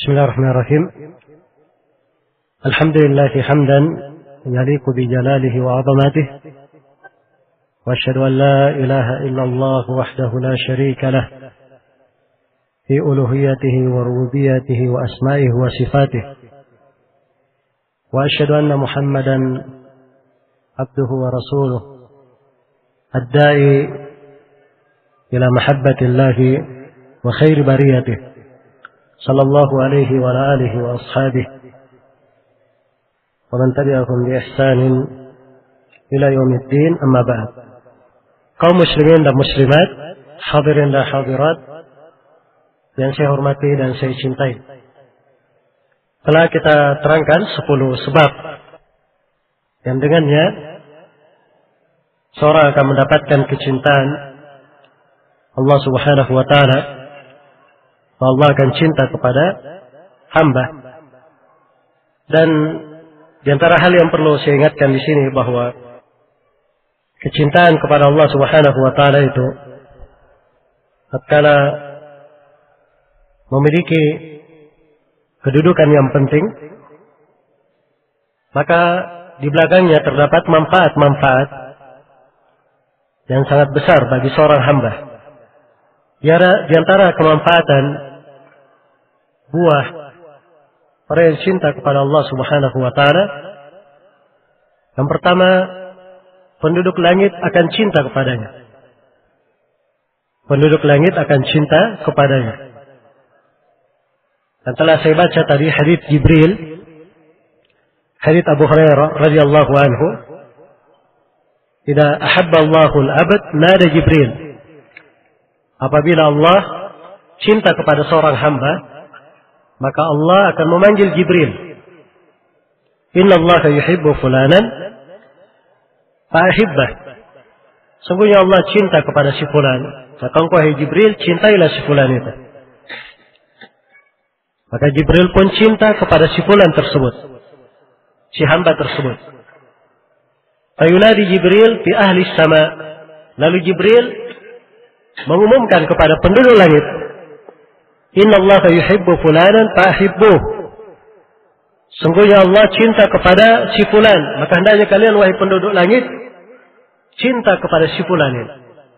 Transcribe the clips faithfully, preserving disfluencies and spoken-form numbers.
بسم الله الرحمن الرحيم. الحمد لله حمدا يليق بجلاله وعظمته، وأشهد أن لا إله إلا الله وحده لا شريك له في ألوهيته وربوبيته وأسمائه وصفاته، وأشهد أن محمدا عبده ورسوله الداعي إلى محبة الله وخير بريته، صلى الله عليه وعلى آله وأصحابه ومن تبعهم بإحسان إلى يوم الدين. أما بعد. Kaum muslimin dan muslimat, hadirin dan hadirat yang saya hormati dan saya cintai, telah kita terangkan sepuluh sebab yang dengannya seorang akan mendapatkan kecintaan Allah Subhanahu wa taala. Allah akan cinta kepada hamba. Dan di antara hal yang perlu saya ingatkan di sini bahwa kecintaan kepada Allah Subhanahu wa taala itu tatkala memiliki kedudukan yang penting, maka di belakangnya terdapat manfaat-manfaat yang sangat besar bagi seorang hamba. Di antara kemanfaatan buah orang yang cinta kepada Allah Subhanahu wa taala, yang pertama, penduduk langit akan cinta kepadanya. Penduduk langit akan cinta kepadanya. Dan telah saya baca tadi hadits Jibril, hadits Abu Hurairah radhiyallahu anhu, "Idza ahabba Allahu al-'abd nada Jibril." Apabila Allah cinta kepada seorang hamba, maka Allah akan memanggil Jibril. "Inna Allah yuhibbu fulanan fa'ahibbah." Sungguhnya Allah cinta kepada si fulan, maka engkau hai Jibril cintailah si fulan itu. Maka Jibril pun cinta kepada si fulan tersebut, si hamba tersebut. Fayunadi Jibril fi ahli sama. Lalu Jibril mengumumkan kepada penduduk langit, "Inna Allah yuhibbu fulanan fa'ahibbuh." Sungguhnya Allah cinta kepada si fulan, maka hendaknya kalian wahai penduduk langit cinta kepada si fulan ini.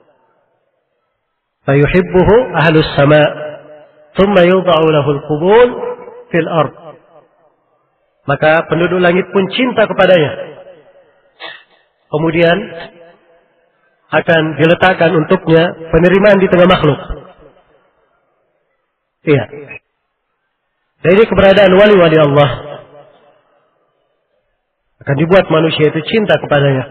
Fayuhibbuhu ahlus sama, thumma yudha'u lahu al-qubul fil ard. Maka penduduk langit pun cinta kepadanya. Kemudian akan diletakkan untuknya penerimaan di tengah makhluk. Iya. Dari keberadaan wali-wali Allah akan dibuat manusia itu cinta kepadanya.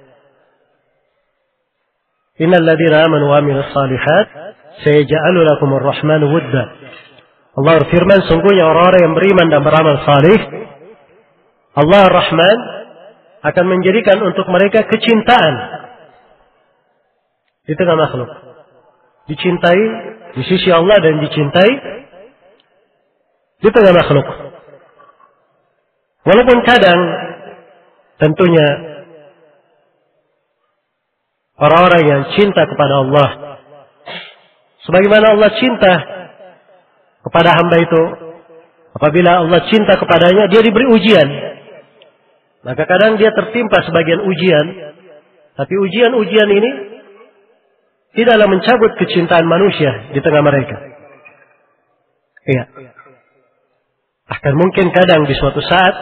Innal ladzina amanu wa amilus shalihat sayaj'alu lakumur rahmanu wudda. Allah berfirman, sungguhnya orang-orang yang beriman dan beramal salih, Allah Ar-Rahman akan menjadikan untuk mereka kecintaan di tengah makhluk. Dicintai di sisi Allah dan dicintai di tengah makhluk. Walaupun kadang tentunya orang-orang yang cinta kepada Allah, sebagaimana Allah cinta kepada hamba itu, apabila Allah cinta kepadanya, dia diberi ujian. Maka kadang dia tertimpa sebagian ujian, tapi ujian-ujian ini tidaklah mencabut kecintaan manusia di tengah mereka. Iya. Bahkan mungkin kadang di suatu saat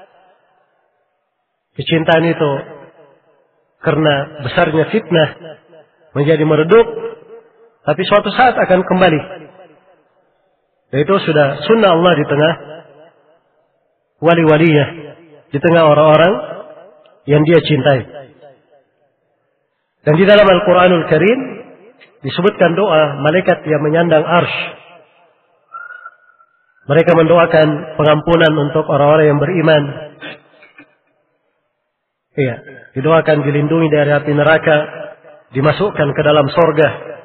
kecintaan itu karena besarnya fitnah menjadi meredup, tapi suatu saat akan kembali. Dan itu sudah sunnah Allah di tengah wali-walinya, di tengah orang-orang yang dia cintai. Dan di dalam Al-Quranul Karim disebutkan doa malaikat yang menyandang arsy. Mereka mendoakan pengampunan untuk orang-orang yang beriman. Iya, didoakan dilindungi dari api neraka, dimasukkan ke dalam sorga.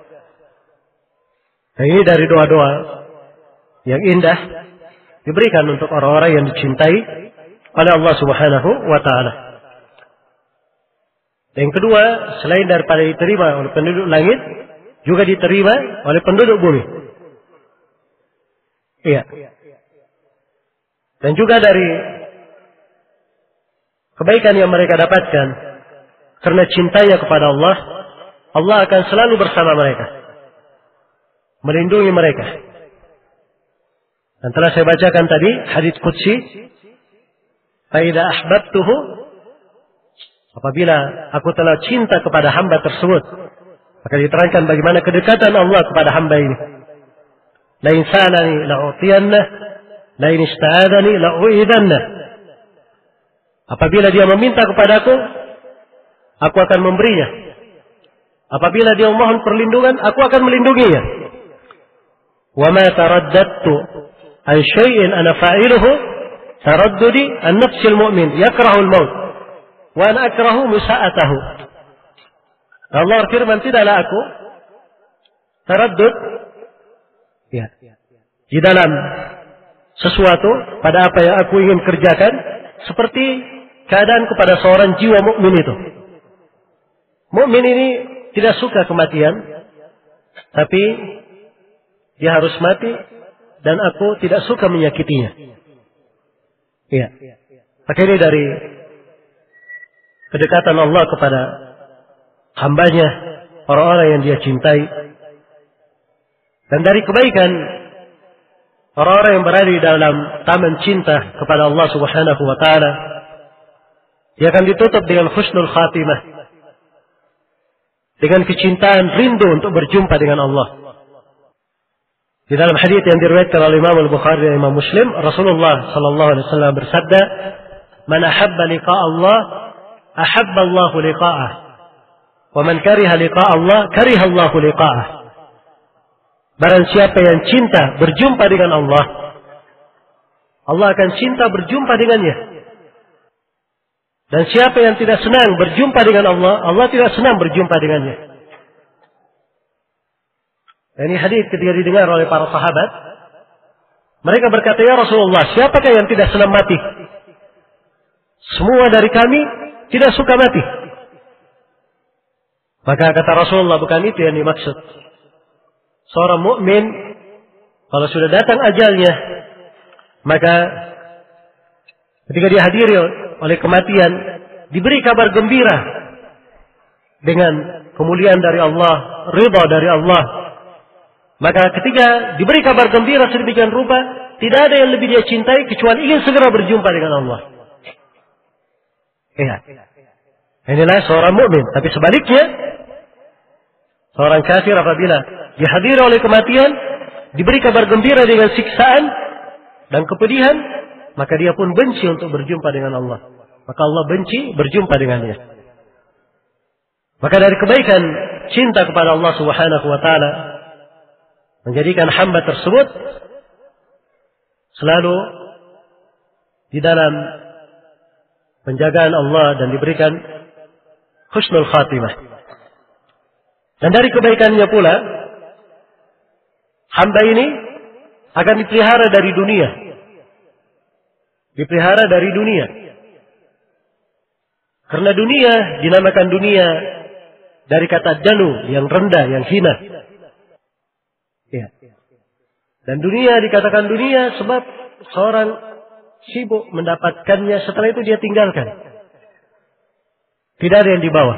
Dan ini dari doa-doa yang indah diberikan untuk orang-orang yang dicintai oleh Allah Subhanahu wa taala. Dan yang kedua, selain daripada diterima oleh penduduk langit, juga diterima oleh penduduk bumi. Iya. Dan juga dari kebaikan yang mereka dapatkan karena cintanya kepada Allah, Allah akan selalu bersama mereka, melindungi mereka. Dan telah saya bacakan tadi hadits qudsi, fa idza ahbabtuhu, apabila aku telah cinta kepada hamba tersebut, maka diterangkan bagaimana kedekatan Allah kepada hamba ini. La in sa'alani la'utiyanna, la in ista'adani la'u'idanna. Apabila dia meminta kepadaku, aku akan memberinya. Apabila dia memohon perlindungan, aku akan melindunginya. Wa ma taraddadtu an syai'in ana fa'iluhu taraddudi an nafsil mu'min yakrahu al-maut wa ana akrahu musa'atahu. Allah firman, tidaklah aku taraddud ya, di dalam sesuatu pada apa yang aku ingin kerjakan, seperti keadaan kepada seorang jiwa mukmin itu. Mukmin ini tidak suka kematian, tapi dia harus mati, dan aku tidak suka menyakitinya. Iya. Maka ini dari kedekatan Allah kepada hambanya, orang-orang yang dia cintai, dan dari kebaikan orang-orang yang berada di dalam taman cinta kepada Allah Subhanahu wa taala, dia akan ditutup dengan husnul khatimah, dengan kecintaan rindu untuk berjumpa dengan Allah. Di dalam hadis yang diriwayatkan oleh Imam Al-Bukhari dan Imam Muslim, Rasulullah sallallahu alaihi wasallam bersabda, "Man ahabba liqa'a Allah, ahabba Allah liqa'ah. Wa man kariha liqa'a Allah, kariha Allah liqa'ah." Barang siapa yang cinta berjumpa dengan Allah, Allah akan cinta berjumpa dengannya. Dan siapa yang tidak senang berjumpa dengan Allah, Allah tidak senang berjumpa dengannya. Dan ini hadis ketika didengar oleh para sahabat, mereka berkata, "Ya Rasulullah, siapakah yang tidak senang mati?" "Semua dari kami tidak suka mati." Maka kata Rasulullah, bukan itu yang dimaksud. Seorang mukmin kalau sudah datang ajalnya, maka ketika dia hadiri oleh kematian, diberi kabar gembira dengan kemuliaan dari Allah, ridha dari Allah. Maka ketika diberi kabar gembira sedemikian rupa, tidak ada yang lebih dia cintai kecuali ingin segera berjumpa dengan Allah. Iya. Inilah seorang mukmin. Tapi sebaliknya, seorang kafir apabila dihadiri oleh kematian, diberi kabar gembira dengan siksaan dan kepedihan, maka dia pun benci untuk berjumpa dengan Allah. Maka Allah benci berjumpa dengannya. Maka dari kebaikan cinta kepada Allah Subhanahu wa taala, menjadikan hamba tersebut selalu di dalam penjagaan Allah dan diberikan husnul khatimah. Dan dari kebaikannya pula, hamba ini akan dipelihara dari dunia. Dipelihara dari dunia. Karena dunia dinamakan dunia dari kata danu, yang rendah, yang hina. Ya. Dan dunia dikatakan dunia sebab seorang sibuk mendapatkannya, setelah itu dia tinggalkan. Tidak ada yang dibawa.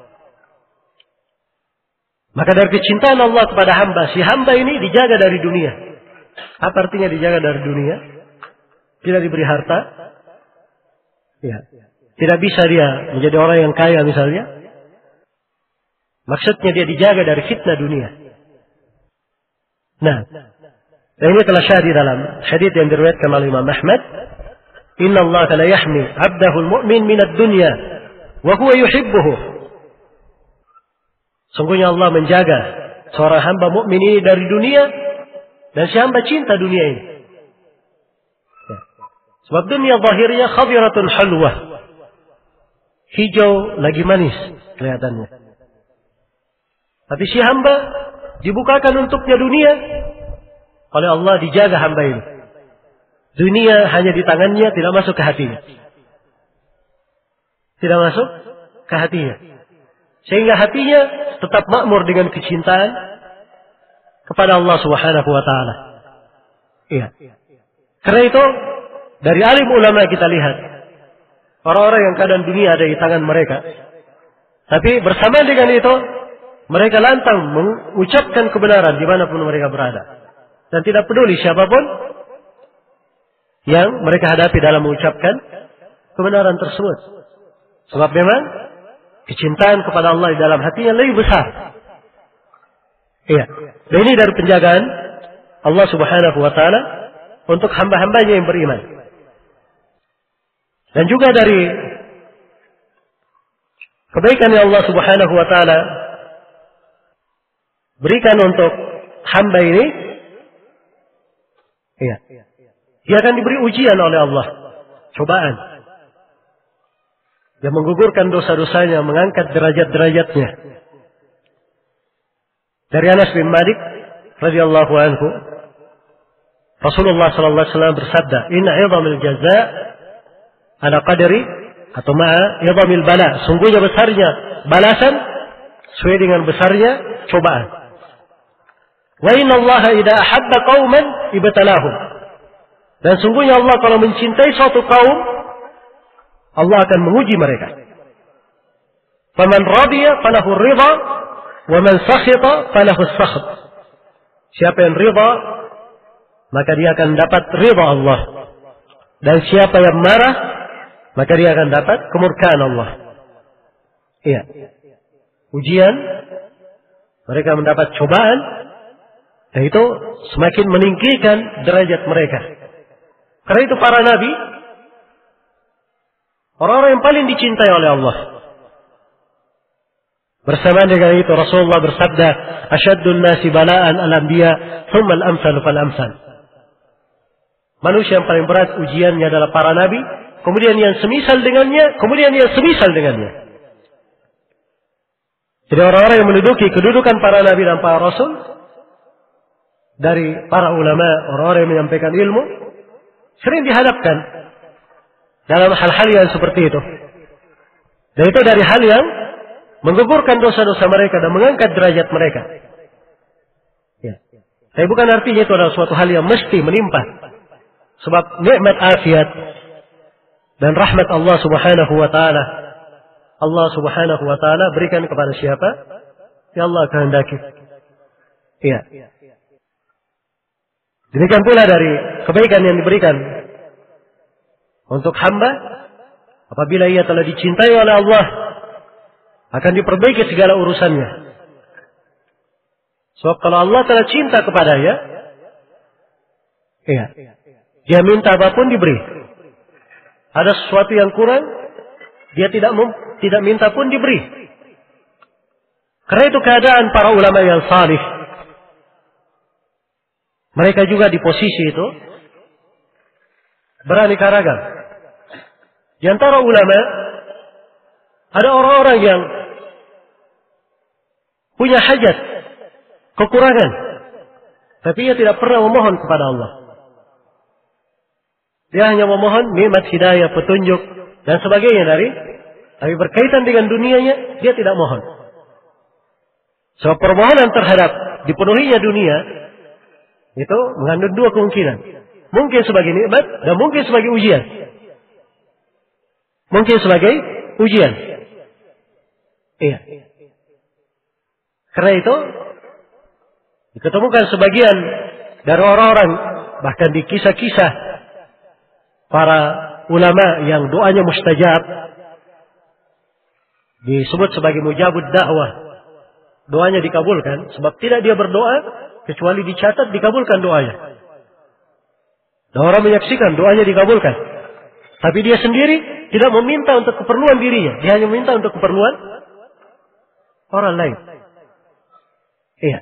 Maka dari kecintaan Allah kepada hamba, si hamba ini dijaga dari dunia. Apa artinya dijaga dari dunia? Tidak diberi harta. Ya. Tidak bisa dia menjadi orang yang kaya misalnya. Maksudnya dia dijaga dari fitnah dunia. Nah, dan ini telah syahid dalam hadits yang diriwayatkan oleh Imam Ahmad, "Inna Allah la yahmi 'abdahu al-mu'min min ad-dunya wa huwa yuhibbuhu." Sungguhnya Allah menjaga seorang hamba mukmin ini dari dunia, dan si hamba cinta dunia ini. Ya. Sebab dunia zahirnya khadiratun halwah. Hijau lagi manis kelihatannya. Tapi si hamba dibukakan untuknya dunia, oleh Allah dijaga hamba ini. Dunia hanya di tangannya, tidak masuk ke hatinya. Tidak masuk ke hatinya. Sehingga hatinya tetap makmur dengan kecintaan kepada Allah Subhanahu wa taala. Iya. Karena itu Dari alim ulama kita lihat, orang-orang yang keadaan dunia ada di tangan mereka. Tapi bersamaan dengan itu, mereka lantang mengucapkan kebenaran dimanapun mereka berada. Dan tidak peduli siapapun yang mereka hadapi dalam mengucapkan kebenaran tersebut. Sebab memang kecintaan kepada Allah di dalam hatinya lebih besar. Iya. Dan ini dari penjagaan Allah Subhanahu wa taala untuk hamba-hambanya yang beriman. Dan juga dari kebaikan yang Allah Subhanahu wa taala berikan untuk hamba ini, iya, dia akan diberi ujian oleh Allah, cobaan yang menggugurkan dosa-dosanya, mengangkat derajat-derajatnya. Dari Anas bin Malik radhiyallahu anhu, Rasulullah sallallahu alaihi wasallam bersabda, "Inna 'idhamil jazaa' ala qadri atau ma'a 'idhamil bala." Sungguhnya besarnya balasan sesuai dengan besarnya cobaan. Wa inna Allaha idza ahabba qauman ibtalahum. Dan sungguhnya Allah kalau mencintai suatu kaum, Allah akan menguji mereka. Faman radiya falahu ridha wa man sakhita falahu as-sakht. Siapa yang ridha, maka dia akan dapat ridha Allah. Dan siapa yang marah, maka dia akan dapat kemurkaan Allah. Iya. Ujian, mereka mendapat cobaan, dan itu semakin meninggikan derajat mereka. Karena itu para nabi, orang-orang yang paling dicintai oleh Allah. Bersamaan dengan itu Rasulullah bersabda, "Asyaddun nasi bala'an al-anbiya, thumma al-amsal fal-amsal." Manusia yang paling berat ujiannya adalah para nabi, kemudian yang semisal dengannya, kemudian yang semisal dengannya. Jadi orang-orang yang menduduki kedudukan para nabi dan para rasul, dari para ulama, orang-orang yang menyampaikan ilmu, sering dihadapkan dalam hal-hal yang seperti itu. Dan itu dari hal yang menggugurkan dosa-dosa mereka dan mengangkat derajat mereka. Ya. Tapi bukan artinya itu adalah suatu hal yang mesti menimpa. Sebab nikmat afiat dan rahmat Allah Subhanahu wa taala, Allah Subhanahu wa taala berikan kepada siapa yang Allah kehendaki. Iya. Demikian pula dari kebaikan yang diberikan untuk hamba, apabila ia telah dicintai oleh Allah, akan diperbaiki segala urusannya. Sebab kalau Allah telah cinta kepadanya, iya, dia minta apapun diberi. Ada sesuatu yang kurang, dia tidak mem, tidak minta pun diberi. Karena itu keadaan para ulama yang salih. Mereka juga di posisi itu beraneka ragam. Di antara ulama ada orang-orang yang punya hajat, kekurangan, tapi ia tidak pernah memohon kepada Allah. Dia hanya memohon nikmat hidayah, petunjuk dan sebagainya dari, tapi berkaitan dengan dunianya dia tidak mohon. Sebab permohonan terhadap dipenuhinya dunia itu mengandung dua kemungkinan. Mungkin sebagai nikmat dan mungkin sebagai ujian. Mungkin sebagai ujian. Iya. Karena itu diketemukan sebagian dari orang-orang, bahkan di kisah-kisah para ulama yang doanya mustajab, disebut sebagai mujabud dakwah. Doanya dikabulkan, sebab tidak dia berdoa kecuali dicatat dikabulkan doanya. Dan orang menyaksikan doanya dikabulkan. Tapi dia sendiri tidak meminta untuk keperluan dirinya. Dia hanya meminta untuk keperluan orang lain. Iya.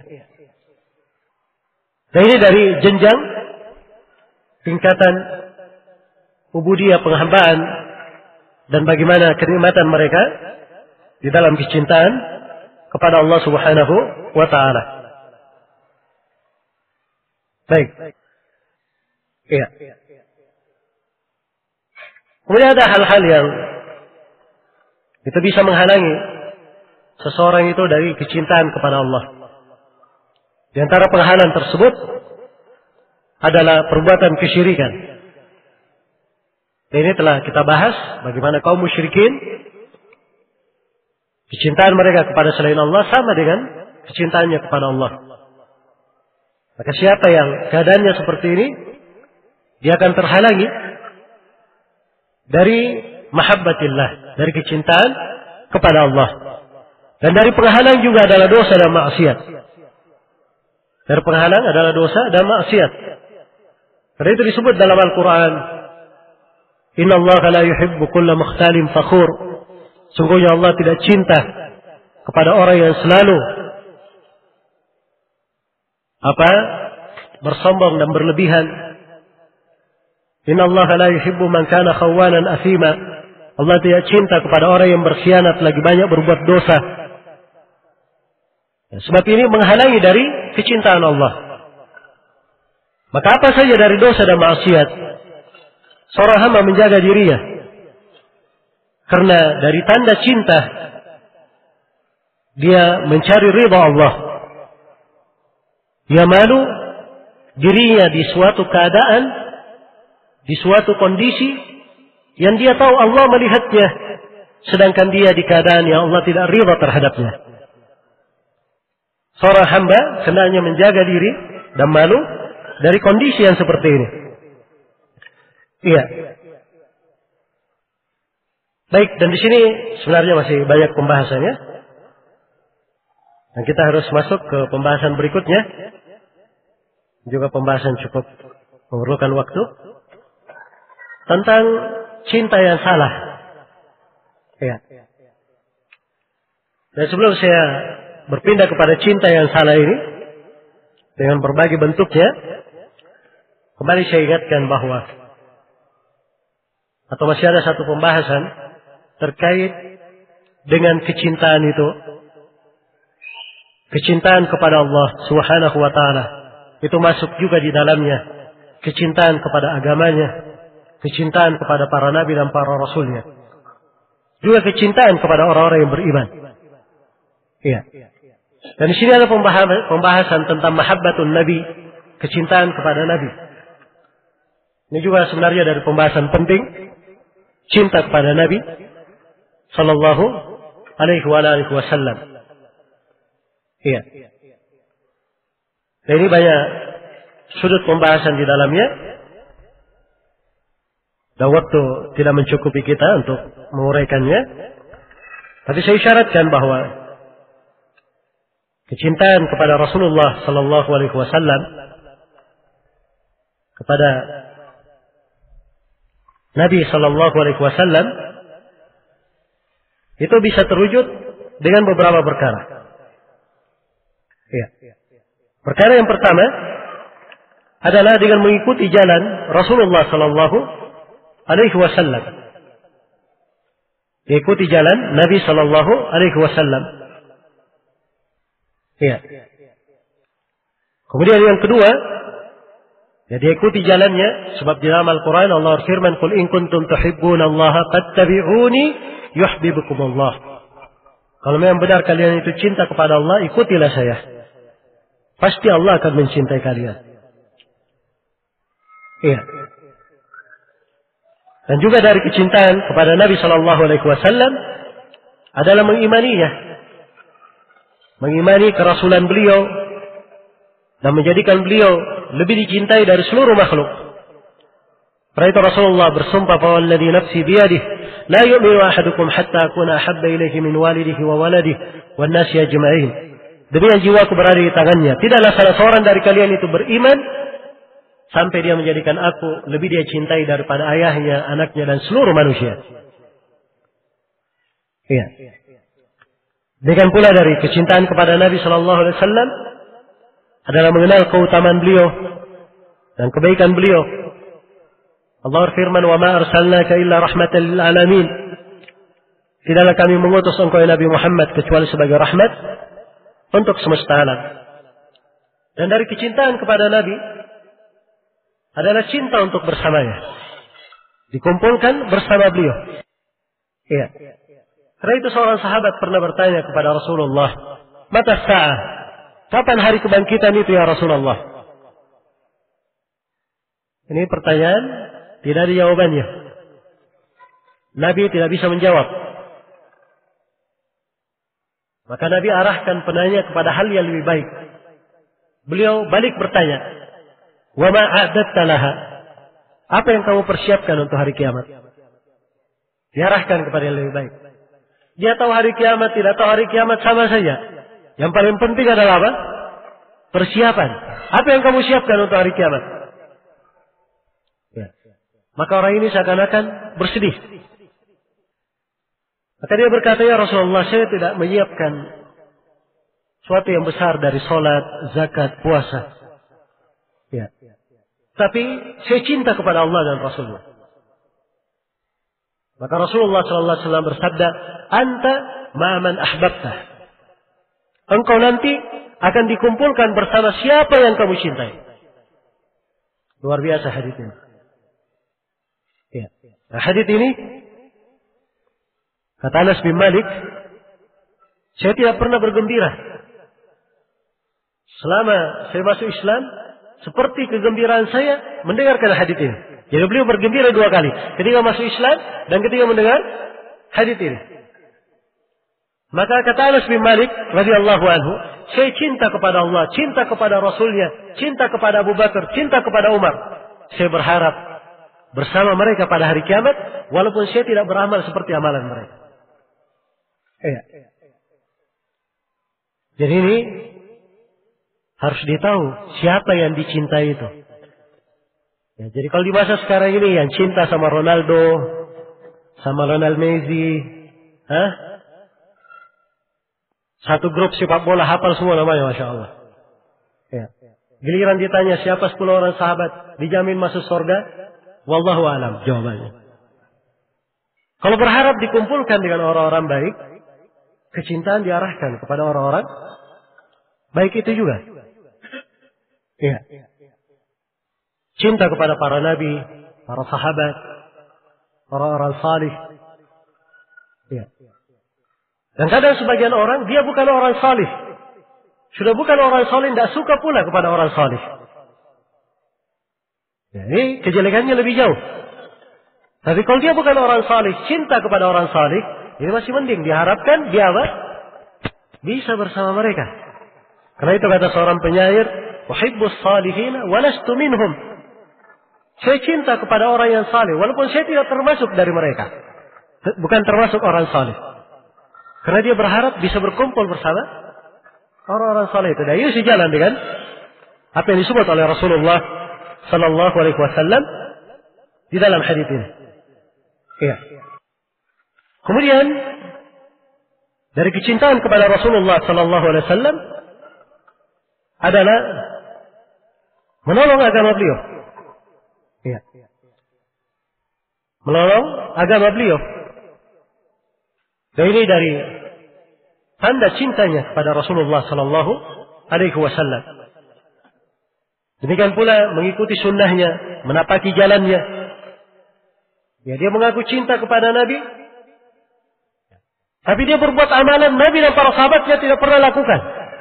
Dan ini dari jenjang tingkatan ubudiyah, penghambaan, dan bagaimana kenikmatan mereka di dalam kecintaan kepada Allah Subhanahu wa taala. Baik. Iya. Kemudian ada hal-hal yang itu bisa menghalangi seseorang itu dari kecintaan kepada Allah. Di antara penghalang tersebut adalah perbuatan kesyirikan. Ini telah kita bahas bagaimana kaum musyrikin, kecintaan mereka kepada selain Allah sama dengan kecintaannya kepada Allah. Maka siapa yang keadaannya seperti ini, dia akan terhalangi dari mahabbatillah, dari kecintaan kepada Allah. Dan dari penghalang juga adalah dosa dan maksiat. Dari penghalang adalah dosa dan maksiat. Karena itu disebut dalam Al-Quran, Inna Allah la yuhibbu kulla mukhtalin fakhur. Sungguhnya Allah tidak cinta kepada orang yang selalu apa? Bersombong dan berlebihan. Inna Allah la yuhibbu man kana khawanan athima. Allah tidak cinta kepada orang yang berkhianat lagi banyak berbuat dosa. Sebab ini menghalangi dari kecintaan Allah. Maka apa saja dari dosa dan maksiat, seorang hamba menjaga dirinya. Karena dari tanda cinta, dia mencari ridha Allah. Dia malu dirinya di suatu keadaan, di suatu kondisi yang dia tahu Allah melihatnya, sedangkan dia di keadaan yang Allah tidak ridha terhadapnya. Seorang hamba hendaknya menjaga diri dan malu dari kondisi yang seperti ini. Iya. Baik, dan di sini sebenarnya masih banyak pembahasannya. Dan kita harus masuk ke pembahasan berikutnya. Juga pembahasan cukup memerlukan waktu. Tentang cinta yang salah. Iya. Dan sebelum saya berpindah kepada cinta yang salah ini, dengan berbagai bentuknya, kembali saya ingatkan bahwa, atau masih ada satu pembahasan terkait dengan kecintaan itu. Kecintaan kepada Allah Subhanahu wa ta'ala. Itu masuk juga di dalamnya. Kecintaan kepada agamanya. Kecintaan kepada para nabi dan para rasulnya. Juga kecintaan kepada orang-orang yang beriman. Iya. Dan di sini ada pembahasan, pembahasan tentang mahabbatun nabi. Kecintaan kepada nabi. Ini juga sebenarnya dari pembahasan penting. Cinta kepada nabi sallallahu alaihi wasallam. Iya. Dan ini banyak sudut pembahasan di dalamnya. Dan waktu tidak mencukupi kita untuk menguraikannya. Tapi saya isyaratkan bahwa kecintaan kepada Rasulullah sallallahu alaihi wasallam, kepada Nabi sallallahu alaihi wasallam, itu bisa terwujud dengan beberapa perkara. Ya. Perkara yang pertama adalah dengan mengikuti jalan Rasulullah sallallahu alaihi wasallam. Mengikuti jalan Nabi sallallahu alaihi wasallam. Ya. Kemudian yang kedua, ya, dia ikuti jalannya, sebab di dalam Al-Quran Allah berfirman, "Qul in kuntum tuhibbunallaha fattabi'uni yuhibbukumullah." Kalau memang benar kalian itu cinta kepada Allah, ikutilah saya. Pasti Allah akan mencintai kalian. Iya. Dan juga dari kecintaan kepada Nabi sallallahu alaihi wasallam adalah mengimaninya. Mengimani kerasulan beliau dan menjadikan beliau lebih dicintai dari seluruh makhluk. Karena itu Rasulullah bersumpah, "Fawalladzi nafsi biyadihi la yu'minu ahadukum hatta akuna ahabba ilaihi min walidihi wa waladihi wan nasi ajma'in." Demi yang jiwaku berada di tangannya, tidaklah salah seorang dari kalian itu beriman sampai dia menjadikan aku lebih dia cintai daripada ayahnya, anaknya dan seluruh manusia. Iya. Demikian pula dari kecintaan kepada Nabi sallallahu alaihi wasallam adalah mengenal keutamaan beliau dan kebaikan beliau. Allah berfirman, "Wa ma arsalnaka illa rahmatan lil alamin." Tidaklah kami mengutus engkau ya Nabi Muhammad kecuali sebagai rahmat untuk semesta alam. Dan dari kecintaan kepada Nabi adalah cinta untuk bersamanya. Dikumpulkan bersama beliau. Iya. Karena itu seorang sahabat pernah bertanya kepada Rasulullah, "Mata sa'ah? Kapan hari kebangkitan itu ya Rasulullah?" Ini pertanyaan tidak ada jawabannya. Nabi tidak bisa menjawab. Maka Nabi arahkan penanya kepada hal yang lebih baik. Beliau balik bertanya, "Wa ma a'dadta laha?" Apa yang kamu persiapkan untuk hari kiamat? Diarahkan kepada yang lebih baik. Dia tahu hari kiamat, tidak tahu hari kiamat, sama saja. Yang paling penting adalah apa? Persiapan. Apa yang kamu siapkan untuk hari kiamat? Ya. Maka orang ini seakan-akan bersedih. Maka dia berkata, "Ya Rasulullah, saya tidak menyiapkan sesuatu yang besar dari sholat, zakat, puasa. Ya. Tapi saya cinta kepada Allah dan Rasulullah." Maka Rasulullah sallallahu alaihi wasallam bersabda, "Anta ma'aman ahbabta." Engkau nanti akan dikumpulkan bersama siapa yang kamu cintai. Luar biasa hadits ini. Ya. Nah, hadits ini kata Anas bin Malik, saya tidak pernah bergembira selama saya masuk Islam seperti kegembiraan saya mendengarkan hadits ini. Jadi beliau bergembira dua kali, ketika masuk Islam dan ketika mendengar hadits ini. Maka kata Anas bin Malik radhiyallahu anhu, saya cinta kepada Allah, cinta kepada Rasulnya, cinta kepada Abu Bakar, cinta kepada Umar. Saya berharap bersama mereka pada hari kiamat, walaupun saya tidak beramal seperti amalan mereka. Iya. Jadi ini harus ditahu siapa yang dicintai itu. Ya, jadi kalau di masa sekarang ini yang cinta sama Ronaldo, sama Lionel Messi, hah? Satu grup sepak bola hafal semua namanya, masya Allah. Ya. Giliran ditanya siapa sepuluh orang sahabat dijamin masuk surga, wallahu alam jawabannya. Kalau berharap dikumpulkan dengan orang-orang baik, kecintaan diarahkan kepada orang-orang baik itu juga. Ya. Cinta kepada para nabi, para sahabat, orang-orang salih. Ya. Dan kadang sebagian orang, dia bukan orang salih. Sudah bukan orang salih, tidak suka pula kepada orang salih. Jadi kejelekannya lebih jauh. Tapi kalau dia bukan orang salih, cinta kepada orang salih, ini masih mending. Diharapkan dia apa? Bisa bersama mereka. Karena itu kata seorang penyair, "Uhibbus salihina wa lastu minhum." Saya cinta kepada orang yang salih, walaupun saya tidak termasuk dari mereka. Bukan termasuk orang salih. Karena dia berharap bisa berkumpul bersama orang-orang saleh itu. Dan ini sejalan dengan apa yang disebut oleh Rasulullah sallallahu alaihi wasallam di dalam hadits ini. Iya. Kemudian dari kecintaan kepada Rasulullah sallallahu alaihi wasallam adalah menolong agama beliau. Iya. Menolong agama beliau. Dan ini dari tanda cintanya kepada Rasulullah sallallahu alaihi wasallam. Demikian pula mengikuti sunnahnya, menapaki jalannya. Ya, dia mengaku cinta kepada Nabi, tapi dia berbuat amalan Nabi dan para sahabatnya tidak pernah lakukan.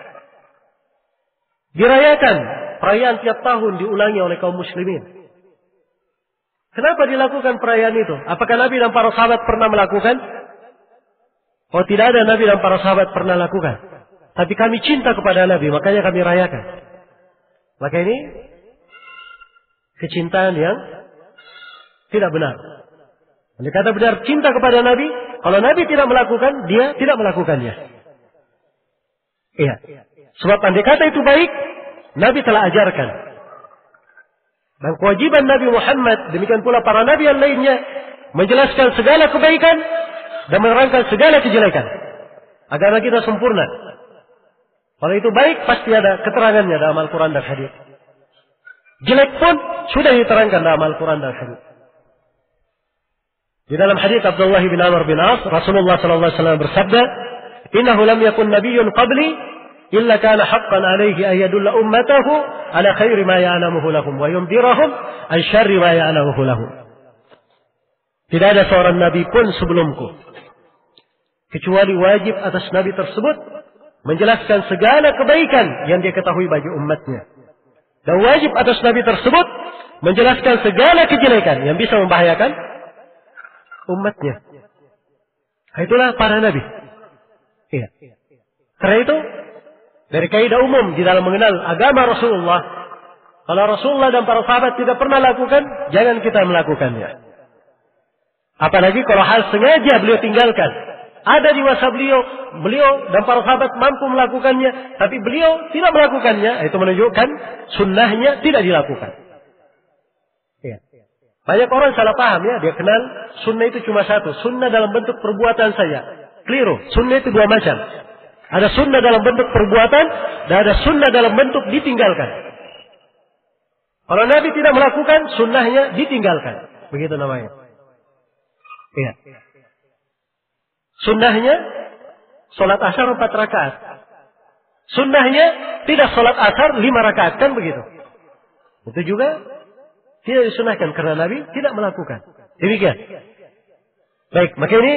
Dirayakan perayaan tiap tahun diulangi oleh kaum muslimin. Kenapa dilakukan perayaan itu? Apakah Nabi dan para sahabat pernah melakukan? Oh, tidak ada Nabi dan para sahabat pernah lakukan. Tapi kami cinta kepada Nabi, makanya kami rayakan. Maka ini kecintaan yang tidak benar. Andai kata benar cinta kepada Nabi, kalau Nabi tidak melakukan, dia tidak melakukannya. Iya. Sebab andai kata itu baik, Nabi telah ajarkan. Dan kewajiban Nabi Muhammad, demikian pula para Nabi yang lainnya, menjelaskan segala kebaikan dan menerangkan segala kejelekan. Agama kita sempurna. Kalau itu baik, pasti ada keterangannya dalam Al-Quran dan hadis. Jelek pun sudah diterangkan dalam Al-Quran dan hadis. Di dalam hadis Abdullah bin Amr bin As, Rasulullah sallallahu alaihi wasallam bersabda, "Innahu lam yakun nabiyyun qabli illa kana haqqan alaihi an yadulla ummatahu ala khairi ma ya'lamuhu lahum wa yundirahum an syarri ma ya'lamuhu lahum." Tidak ada seorang nabi pun sebelumku kecuali wajib atas nabi tersebut menjelaskan segala kebaikan yang dia ketahui bagi umatnya. Dan wajib atas nabi tersebut menjelaskan segala kejelekan yang bisa membahayakan umatnya. Itulah para nabi. Iya. Karena itu, dari kaidah umum di dalam mengenal agama Rasulullah, kalau Rasulullah dan para sahabat tidak pernah lakukan, jangan kita melakukannya. Apalagi kalau hal sengaja beliau tinggalkan. Ada di masa beliau, beliau dan para sahabat mampu melakukannya, tapi beliau tidak melakukannya. Itu menunjukkan sunnahnya tidak dilakukan. Ya. Banyak orang salah paham ya, dia kenal sunnah itu cuma satu. Sunnah dalam bentuk perbuatan saja. Keliru. Sunnah itu dua macam. Ada sunnah dalam bentuk perbuatan, dan ada sunnah dalam bentuk ditinggalkan. Kalau Nabi tidak melakukan, sunnahnya ditinggalkan. Begitu namanya. Iya. Sunnahnya, sholat asar empat rakaat. Sunnahnya, tidak sholat asar lima rakaat. Kan begitu. Itu juga tidak disunahkan karena Nabi tidak melakukan. Demikian. Baik, maka ini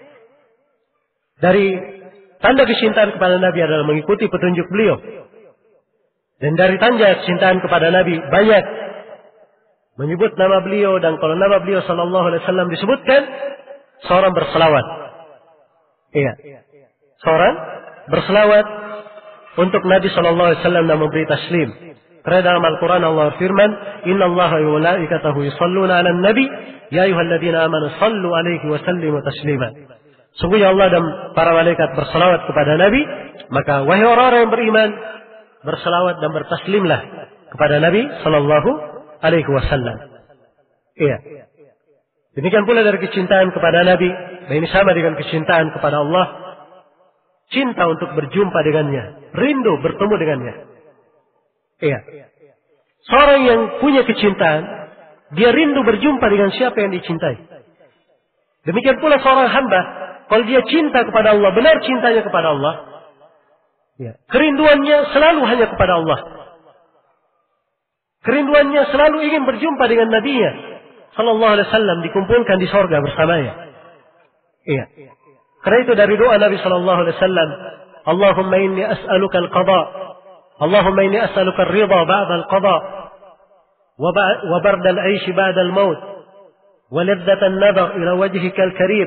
dari tanda kecintaan kepada Nabi adalah mengikuti petunjuk beliau. Dan dari tanda kecintaan kepada Nabi banyak menyebut nama beliau, dan kalau nama beliau sallallahu alaihi wasallam disebutkan, seorang berselawat. Iya. Seorang berselawat untuk Nabi sallallahu alaihi wasallam dan memberi taslim. Karena dalam Al-Quran Allah firman, Inna Allaha wa malaikatahu yusalluna 'alan nabi, ya ayyuhalladzina amanu sallu 'alaihi wa sallimu taslima. Sungguhnya Allah dan para malaikat berselawat kepada Nabi, maka wahai orang-orang yang beriman, berselawat dan bertaslimlah kepada Nabi sallallahu alaihi wasallam. Iya. Demikian pula dari kecintaan kepada Nabi, dan ini sama dengan kecintaan kepada Allah, cinta untuk berjumpa dengannya, rindu bertemu dengannya. Iya. Seorang yang punya kecintaan, dia rindu berjumpa dengan siapa yang dicintai. Demikian pula seorang hamba, kalau dia cinta kepada Allah, benar cintanya kepada Allah, ya, kerinduannya selalu hanya kepada Allah. Kerinduannya selalu ingin berjumpa dengan Nabi-Nya sallallahu alaihi wasallam, dikumpulkan di sorga bersamanya. Iya. Karena itu dari doa Nabi sallallahu alaihi wasallam, Allahumma inni as'aluka al-qada, Allahumma inni as'aluka ar-ridha ba'da al-qada, wa barda al-'aish ba'da al-maut, wa ladzata an-nadar ila wajhika al-karim,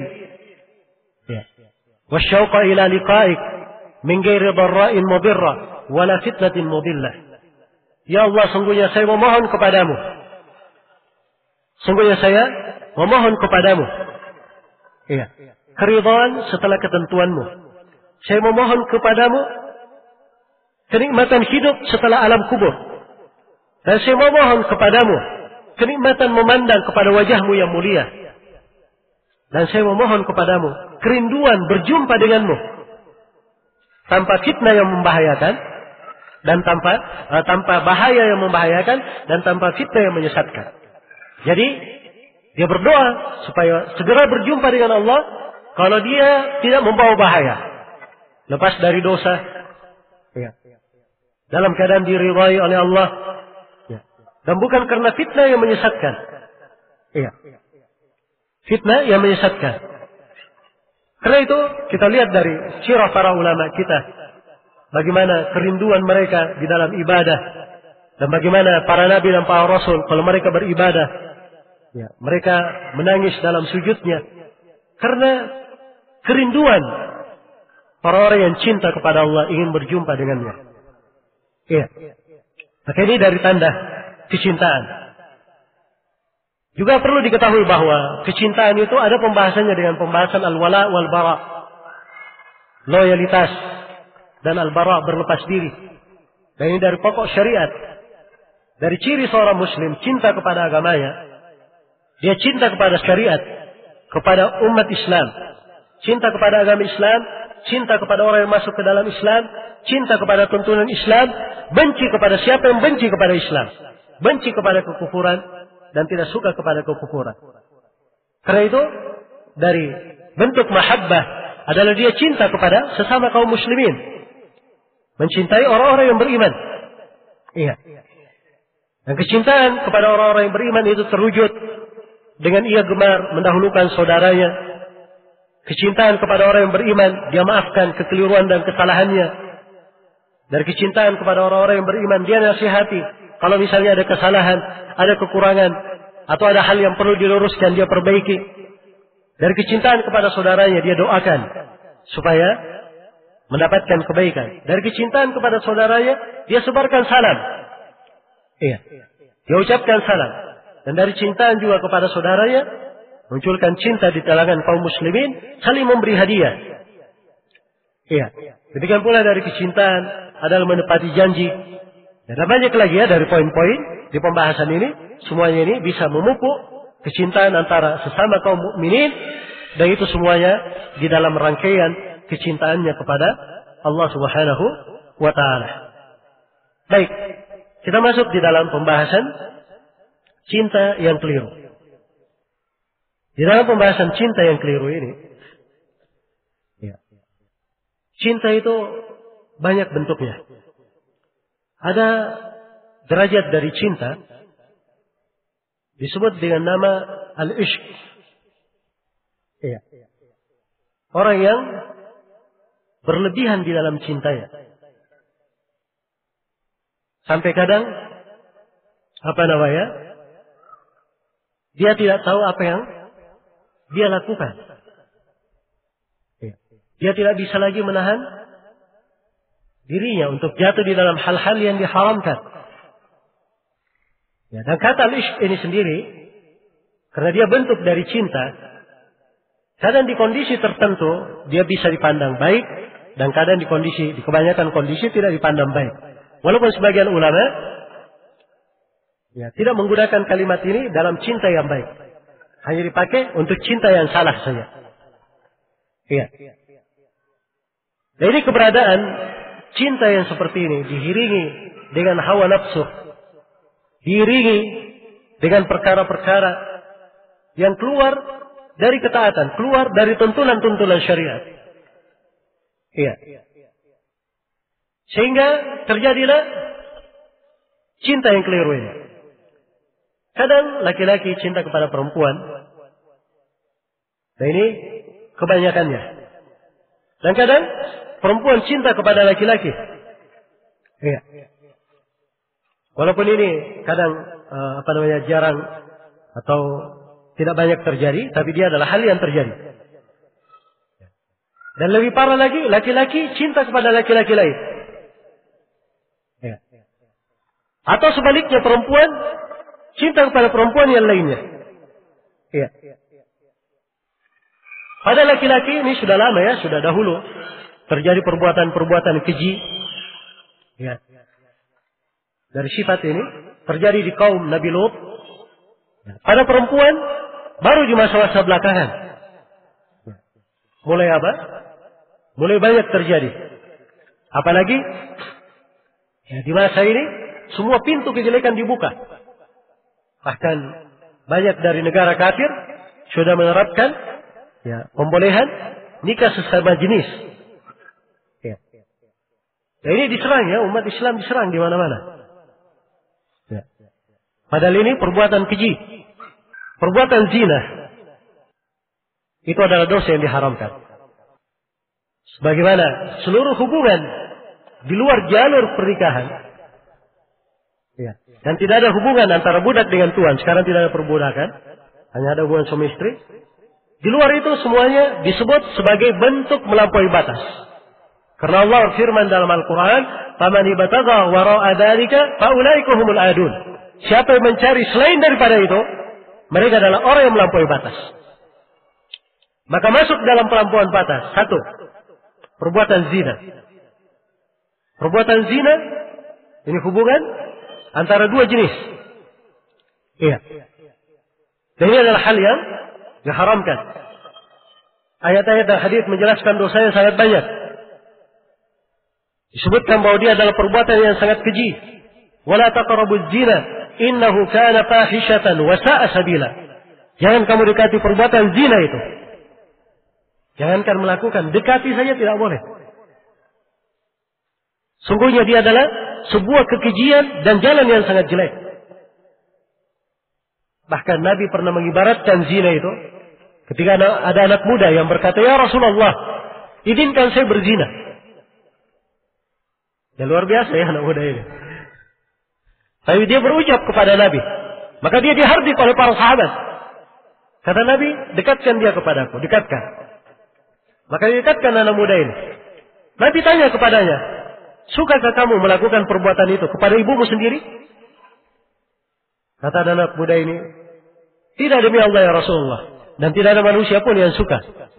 wa syauqa ila liqa'ik min ghairi dharra'in mudirra wala fitnatin mudillah. Ya Allah, sungguhnya saya memohon kepadamu. Sungguhnya saya memohon kepadamu. Iya. Keridhaan setelah ketentuanmu. Saya memohon kepadamu kenikmatan hidup setelah alam kubur. Dan saya memohon kepadamu kenikmatan memandang kepada wajahmu yang mulia. Dan saya memohon kepadamu kerinduan berjumpa denganmu, tanpa fitnah yang membahayakan, dan tanpa uh, tanpa bahaya yang membahayakan, dan tanpa fitnah yang menyesatkan. Jadi dia berdoa supaya segera berjumpa dengan Allah, kalau dia tidak membawa bahaya, lepas dari dosa, ya, dalam keadaan diridhai oleh Allah, ya, dan bukan karena fitnah yang menyesatkan. Ya. Fitnah yang menyesatkan. Karena itu kita lihat dari sirah para ulama kita, bagaimana kerinduan mereka di dalam ibadah, dan bagaimana para nabi dan para rasul kalau mereka beribadah, ya, mereka menangis dalam sujudnya karena kerinduan para orang yang cinta kepada Allah, ingin berjumpa dengannya. Iya. Maka ini dari tanda kecintaan. Juga perlu diketahui bahwa kecintaan itu ada pembahasannya dengan pembahasan al-wala wal-bara. Loyalitas dan al-bara, berlepas diri. Dan ini dari pokok syariat. Dari ciri seorang muslim cinta kepada agamanya, dia cinta kepada syariat, kepada umat Islam, cinta kepada agama Islam, cinta kepada orang yang masuk ke dalam Islam, cinta kepada tuntunan Islam, benci kepada siapa yang benci kepada Islam, benci kepada kekufuran, dan tidak suka kepada kekufuran. Karena itu dari bentuk mahabbah adalah dia cinta kepada sesama kaum muslimin, mencintai orang-orang yang beriman. Iya. Dan kecintaan kepada orang-orang yang beriman itu terwujud dengan ia gemar mendahulukan saudaranya. Kecintaan kepada orang yang beriman, dia maafkan kekeliruan dan kesalahannya. Dari kecintaan kepada orang-orang yang beriman, dia nasihati. Kalau misalnya ada kesalahan, ada kekurangan, atau ada hal yang perlu diluruskan, dia perbaiki. Dari kecintaan kepada saudaranya dia doakan supaya mendapatkan kebaikan. Dari kecintaan kepada saudaranya dia sebarkan salam. Iya. Dia ucapkan salam. Dan dari cintaan juga kepada saudaranya munculkan cinta di kalangan kaum muslimin, saling memberi hadiah. Iya. Demikian pula dari kecintaan adalah menepati janji. Dan banyak lagi ya dari poin-poin di pembahasan ini, semuanya ini bisa memupuk kecintaan antara sesama kaum mukminin, dan itu semuanya di dalam rangkaian kecintaannya kepada Allah Subhanahu wa taala. Baik, kita masuk di dalam pembahasan cinta yang keliru. Di dalam pembahasan cinta yang keliru ini, ya, cinta itu banyak bentuknya. Ada derajat dari cinta disebut dengan nama al-ishq. Iya. Orang yang berlebihan di dalam cintanya. Sampai kadang, apa namanya, dia tidak tahu apa yang dia lakukan. Iya. Dia tidak bisa lagi menahan dirinya untuk jatuh di dalam hal-hal yang diharamkan. Ya, dan kata al-ishq ini sendiri, karena dia bentuk dari cinta, kadang di kondisi tertentu dia bisa dipandang baik, dan kadang di kondisi, di kebanyakan kondisi tidak dipandang baik. Walaupun sebagian ulama ya, tidak menggunakan kalimat ini dalam cinta yang baik, hanya dipakai untuk cinta yang salah saja. Iya. Dan ini keberadaan cinta yang seperti ini diiringi dengan hawa nafsu, diiringi dengan perkara-perkara yang keluar dari ketaatan, keluar dari tuntunan-tuntunan syariat. Iya. Sehingga terjadilah cinta yang keliru ini. Kadang laki-laki cinta kepada perempuan. Nah ini kebanyakannya. Dan kadang perempuan cinta kepada laki-laki. Iya. Walaupun ini kadang uh, apa namanya jarang atau tidak banyak terjadi, tapi dia adalah hal yang terjadi. Dan lebih parah lagi, laki-laki cinta kepada laki-laki lain. Ya. Atau sebaliknya perempuan cinta kepada perempuan yang lainnya. Ya. Pada laki-laki ini sudah lama ya, sudah dahulu terjadi perbuatan-perbuatan keji. Ya. Dari sifat ini terjadi di kaum Nabi Lut. Pada perempuan baru di masa-masa belakangan. Mulai apa? Mulai banyak terjadi. Apalagi ya, di masa ini semua pintu kejelekan dibuka. Bahkan banyak dari negara kafir sudah menerapkan ya, pembolehan nikah sesama jenis. Ya. Ya, ini diserang ya, umat Islam diserang di mana-mana. Ya. Padahal ini perbuatan keji, perbuatan zina, itu adalah dosa yang diharamkan. Sebagaimana seluruh hubungan di luar jalur pernikahan, ya. Dan tidak ada hubungan antara budak dengan tuan. Sekarang tidak ada perbudakan, hanya ada hubungan suami istri. Di luar itu semuanya disebut sebagai bentuk melampaui batas. Karena Allah firman dalam Al-Quran, "Faman ibtagha wara'a dzalika faulaika humul adun." Siapa yang mencari selain daripada itu, mereka adalah orang yang melampaui batas. Maka masuk dalam pelampauan batas satu, perbuatan zina. Perbuatan zina ini hubungan antara dua jenis. Iya. Dan ini adalah hal yang diharamkan. Ayat-ayat dan hadis menjelaskan dosanya sangat banyak. Disebutkan bahwa dia adalah perbuatan yang sangat keji. Wala taqrabuz zina, innahu kana fahishatan wa sa'a sabila. Jangan kamu dekati perbuatan zina itu. Jangankan melakukan, dekati saja tidak boleh. Sungguhnya dia adalah sebuah kekejian dan jalan yang sangat jelek. Bahkan Nabi pernah mengibaratkan zina itu ketika ada anak muda yang berkata, "Ya Rasulullah, izinkan saya berzina." Dan luar biasa ya anak muda ini. Tapi dia berucap kepada Nabi. Maka dia dihardik oleh para sahabat. Kata Nabi, dekatkan dia kepadaku, dekatkan. Maka didekatkan anak muda ini. Nabi tanya kepadanya, sukakah kamu melakukan perbuatan itu kepada ibumu sendiri? Kata anak muda ini, tidak demi Allah ya Rasulullah. Dan tidak ada manusia pun yang suka.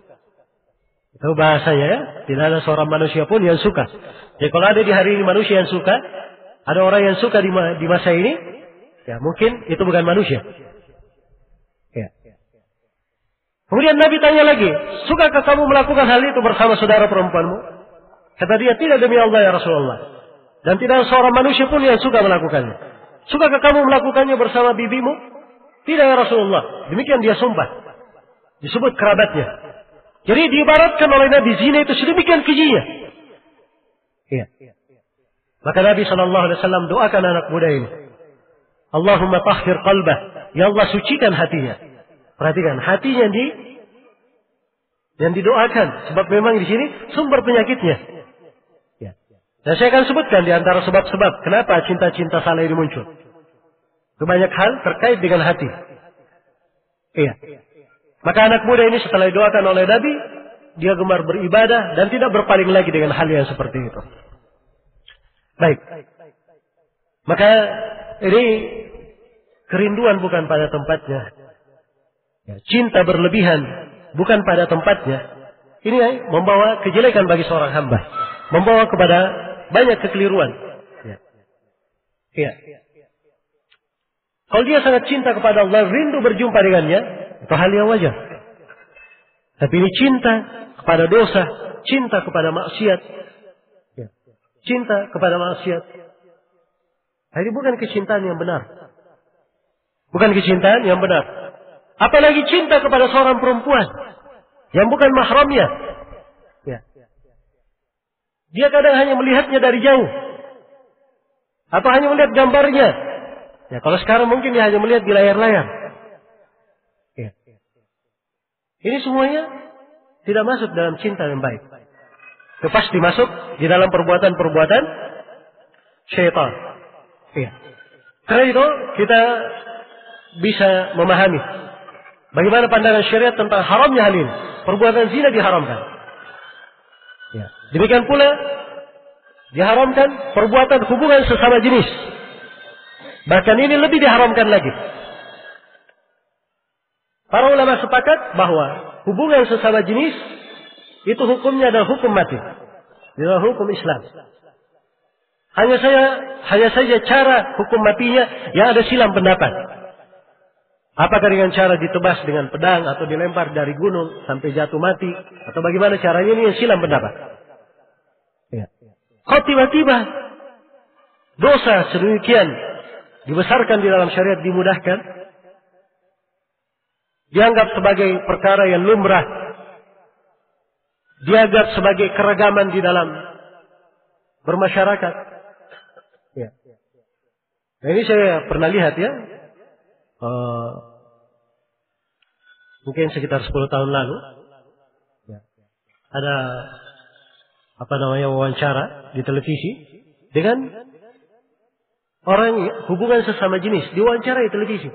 Itu bahasanya ya. Tidak ada seorang manusia pun yang suka. Jadi kalau ada di hari ini manusia yang suka, ada orang yang suka di, ma di masa ini, ya mungkin itu bukan manusia. Ya. Kemudian Nabi tanya lagi, sukakah kamu melakukan hal itu bersama saudara perempuanmu? Kata dia, tidak demi Allah ya Rasulullah. Dan tidak ada seorang manusia pun yang suka melakukannya. Sukakah kamu melakukannya bersama bibimu? Tidak ya Rasulullah. Demikian dia sumpah. Disebut kerabatnya. Jadi diibaratkan oleh Nabi zina itu sedemikian kejinya. Iya. Maka Nabi shallallahu alaihi wasallam doakan anak muda ini. Allahumma tahhir qalbah. Ya Allah sucikan hatinya. Perhatikan, hatinya di yang didoakan. Sebab memang di sini sumber penyakitnya. Ya. Dan saya akan sebutkan di antara sebab-sebab kenapa cinta-cinta salah ini muncul. Banyak hal terkait dengan hati. Iya. Maka anak muda ini setelah didoakan oleh Nabi, dia gemar beribadah dan tidak berpaling lagi dengan hal yang seperti itu. Baik. Maka ini kerinduan bukan pada tempatnya. Ya, cinta berlebihan bukan pada tempatnya. Ini membawa kejelekan bagi seorang hamba. Membawa kepada banyak kekeliruan. Ya. Ya. Kalau dia sangat cinta kepada Allah, rindu berjumpa dengannya, itu hal yang wajar. Tapi ini cinta kepada dosa, cinta kepada maksiat. Ya. Cinta kepada maksiat. Nah, ini bukan kecintaan yang benar. Bukan kecintaan yang benar. Apalagi cinta kepada seorang perempuan yang bukan mahramnya. Ya. Dia kadang hanya melihatnya dari jauh. Atau hanya melihat gambarnya. Ya, kalau sekarang mungkin dia hanya melihat di layar-layar. Ya. Ini semuanya tidak masuk dalam cinta yang baik. Itu pasti masuk di dalam perbuatan-perbuatan syaitan. Ya. Karena itu kita bisa memahami bagaimana pandangan syariat tentang haramnya hal ini. Perbuatan zina diharamkan. Ya. Demikian pula diharamkan perbuatan hubungan sesama jenis. Bahkan ini lebih diharamkan lagi. Para ulama sepakat bahwa hubungan sesama jenis itu hukumnya adalah hukum mati. Adalah hukum Islam. Hanya saya, hanya saja cara hukum matinya yang ada silam pendapat. Apakah dengan cara ditebas dengan pedang atau dilempar dari gunung sampai jatuh mati atau bagaimana caranya, ini yang silam pendapat. Ya. Kok tiba-tiba dosa sedemikian dibesarkan di dalam syariat, dimudahkan, dianggap sebagai perkara yang lumrah, dianggap sebagai keragaman di dalam bermasyarakat. Ya. Nah, ini saya pernah lihat ya, uh, mungkin sekitar sepuluh tahun lalu, ya, ada apa namanya wawancara di televisi dengan orang hubungan sesama jenis, diwawancarai televisi.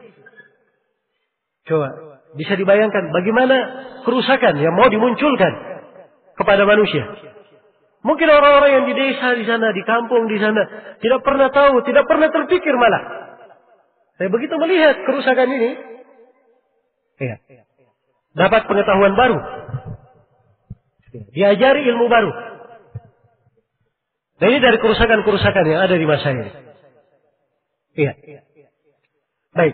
Coba bisa dibayangkan bagaimana kerusakan yang mau dimunculkan kepada manusia. Mungkin orang-orang yang di desa di sana, di kampung di sana, tidak pernah tahu, tidak pernah terpikir malah. Saya begitu melihat kerusakan ini, ya, dapat pengetahuan baru, diajari ilmu baru. Dan ini dari kerusakan-kerusakan yang ada di masa ini. Iya. Baik.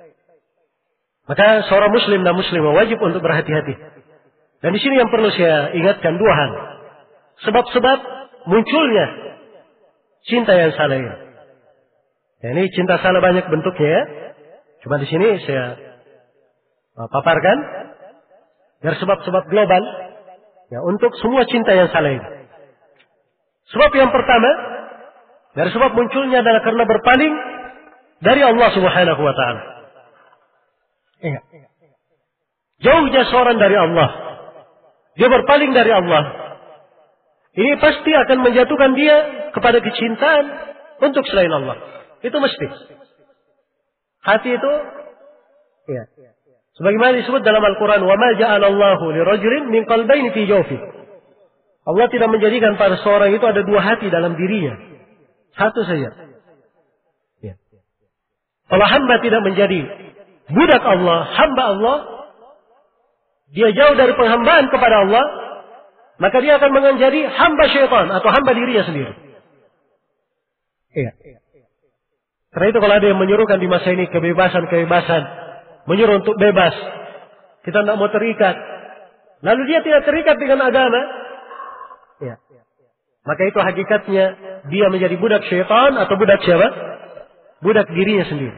Maka seorang muslim dan muslimah wajib untuk berhati-hati. Dan di sini yang perlu saya ingatkan dua hal. Sebab-sebab munculnya cinta yang salah ini. Ya, ini cinta salah banyak bentuknya ya. Cuma di sini saya paparkan dari sebab-sebab global ya, untuk semua cinta yang salah ini. Sebab yang pertama dari sebab munculnya adalah karena berpaling dari Allah Subhanahu wa taala. Iya. Jauhnya seorang dari Allah. Dia berpaling dari Allah. Ini pasti akan menjatuhkan dia kepada kecintaan untuk selain Allah. Itu mesti. Hati itu ya, Sebagaimana disebut dalam Al-Quran, wa ma ja'alallahu lirajulin min qalbayni fi jawfi. Allah tidak menjadikan pada seorang itu ada dua hati dalam dirinya. Satu saja. Ya. Kalau hamba tidak menjadi budak Allah, hamba Allah, dia jauh dari penghambaan kepada Allah, maka dia akan menjadi hamba syaitan atau hamba dirinya sendiri. Iya. Karena itu kalau ada yang menyuruhkan di masa ini kebebasan-kebebasan, menyuruh untuk bebas, kita tidak mau terikat, lalu dia tidak terikat dengan agama, ya, maka itu hakikatnya dia menjadi budak syaitan atau budak siapa? Budak dirinya sendiri.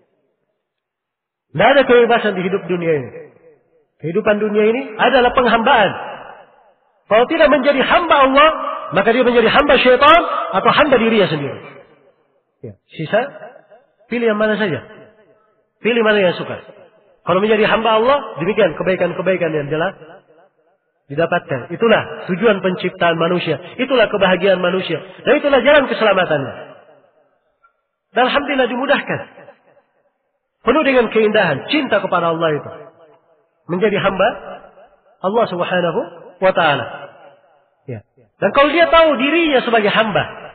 Tidak ada kebebasan di hidup dunia ini. Kehidupan dunia ini adalah penghambaan. Kalau tidak menjadi hamba Allah, maka dia menjadi hamba syaitan atau hamba dirinya sendiri. Ya. Sisa, pilih yang mana saja. Pilih mana yang suka. Kalau menjadi hamba Allah, demikian kebaikan-kebaikan yang telah didapatkan. Itulah tujuan penciptaan manusia. Itulah kebahagiaan manusia. Dan itulah jalan keselamatannya. Dan alhamdulillah dimudahkan. Penuh dengan keindahan, cinta kepada Allah itu. Menjadi hamba Allah subhanahu wa ta'ala. Ya. Dan kalau dia tahu dirinya sebagai hamba,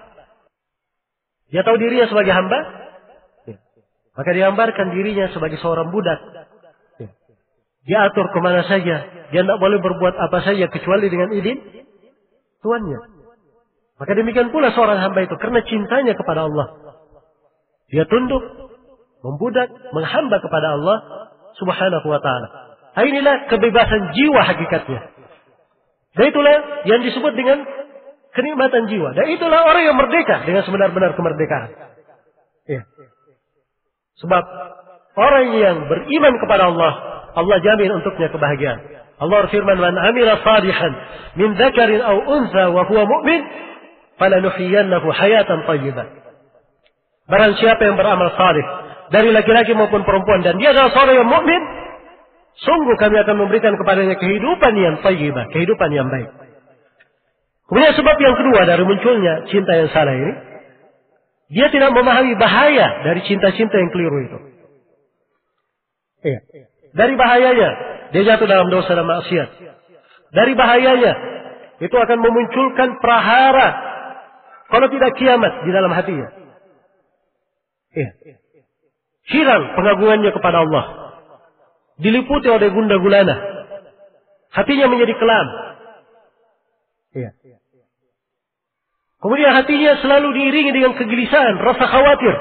dia tahu dirinya sebagai hamba, ya, maka digambarkan dirinya sebagai seorang budak. Ya. Dia atur kemana saja. Dia tidak boleh berbuat apa saja kecuali dengan izin tuannya. Maka demikian pula seorang hamba itu. Karena cintanya kepada Allah, dia tunduk, membudak, menghamba kepada Allah subhanahu wa ta'ala. Inilah kebebasan jiwa hakikatnya. Dan itulah yang disebut dengan kenikmatan jiwa. Dan itulah orang yang merdeka dengan sebenar-benar kemerdekaan. Ya. Sebab orang yang beriman kepada Allah, Allah jamin untuknya kebahagiaan. Allah berfirman, "Man 'amila shalihan min dzakarin aw untha wa huwa mu'min, falanuhyiyannahu hayatan thayyibah." Barang siapa yang beramal saleh dari laki-laki maupun perempuan dan dia adalah seorang yang mukmin, sungguh kami akan memberikan kepadanya kehidupan yang thayyibah, kehidupan yang baik. Kemudian sebab yang kedua dari munculnya cinta yang salah ini, dia tidak memahami bahaya dari cinta-cinta yang keliru itu. Iya. Dari bahayanya, dia jatuh dalam dosa dan maksiat. Dari bahayanya, itu akan memunculkan prahara, kalau tidak kiamat di dalam hatinya. Iya. Hilang pengagungannya kepada Allah. Diliputi oleh gundah gulana. Hatinya menjadi kelam. Iya. Kemudian hatinya selalu diiringi dengan kegelisahan, rasa khawatir.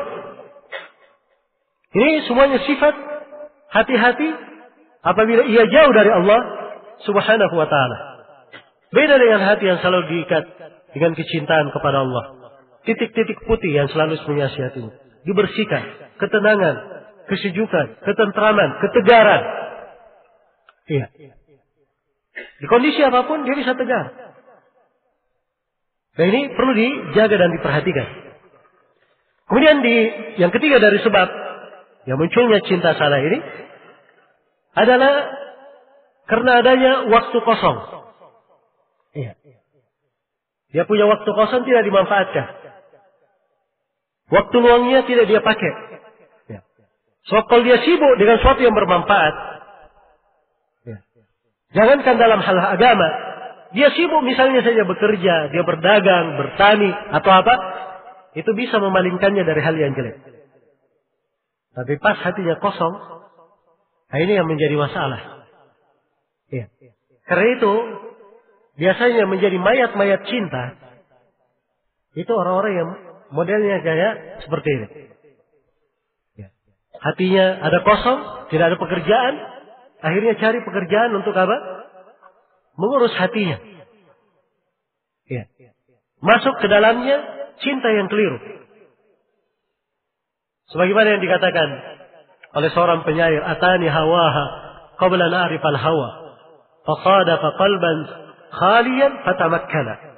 Ini semuanya sifat hati-hati apabila ia jauh dari Allah subhanahu wa ta'ala. Beda dengan hati yang selalu diikat dengan kecintaan kepada Allah. Titik-titik putih yang selalu menghiasi hatinya. Dibersihkan, ketenangan, kesejukan, ketentraman, ketegaran. Iya. Di kondisi apapun dia bisa tegar. Dan ini perlu dijaga dan diperhatikan. Kemudian di yang ketiga dari sebab yang munculnya cinta salah ini adalah karena adanya waktu kosong. Iya. Dia punya waktu kosong tidak dimanfaatkan. Waktu luangnya tidak dia pakai. Ya. So kalau dia sibuk dengan sesuatu yang bermanfaat, ya, jangankan dalam hal agama, dia sibuk misalnya saja bekerja, dia berdagang, bertani atau apa, itu bisa memalingkannya dari hal yang jelek. Tapi pas hatinya kosong, nah ini yang menjadi masalah. Ya. Karena itu biasanya menjadi mayat-mayat cinta itu orang-orang yang modelnya kayak seperti ini. Ya. Hatinya ada kosong, tidak ada pekerjaan, akhirnya cari pekerjaan untuk apa? Mengurus hatinya. Ya. Masuk ke dalamnya cinta yang keliru. Sebagaimana yang dikatakan oleh seorang penyair, "Atani hawaha qabla an a'rifa al-hawa, faqadafa qalban khaliyan fatamakkana."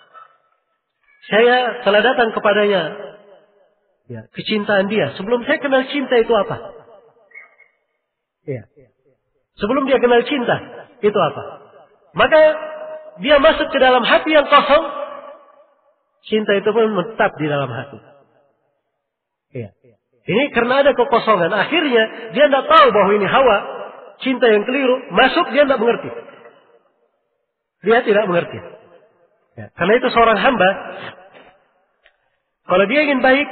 Saya telah datang kepadanya, ya, kecintaan dia sebelum saya kenal cinta itu apa. Ya. Sebelum dia kenal cinta itu apa. Maka dia masuk ke dalam hati yang kosong, cinta itu pun menetap di dalam hati. Ya. Ini karena ada kekosongan, akhirnya dia tidak tahu bahwa ini hawa, cinta yang keliru, masuk dia tidak mengerti. Dia tidak mengerti. Ya. Karena itu seorang hamba, kalau dia ingin baik,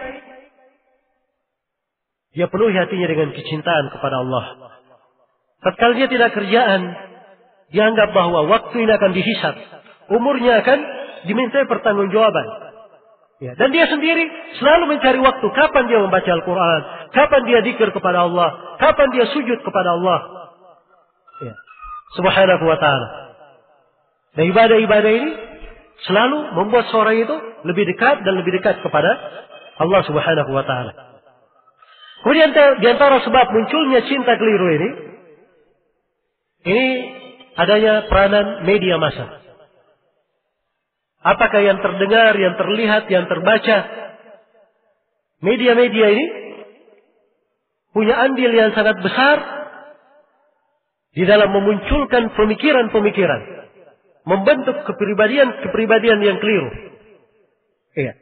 dia penuhi hatinya dengan kecintaan kepada Allah. Tatkala dia tidak kerjaan, dia anggap bahwa waktu ini akan dihisab, umurnya akan dimintai pertanggungjawaban. Ya, dan dia sendiri selalu mencari waktu kapan dia membaca Al-Quran, kapan dia dzikir kepada Allah, kapan dia sujud kepada Allah. Ya. Subhanahu wa ta'ala. Dan ibadah-ibadah ini selalu membuat seorang itu lebih dekat dan lebih dekat kepada Allah Subhanahu wa ta'ala. Kemudian di antara sebab munculnya cinta keliru ini, ini adanya peranan media massa. Apakah yang terdengar, yang terlihat, yang terbaca, media-media ini punya andil yang sangat besar di dalam memunculkan pemikiran-pemikiran, membentuk kepribadian-kepribadian yang keliru. Iya.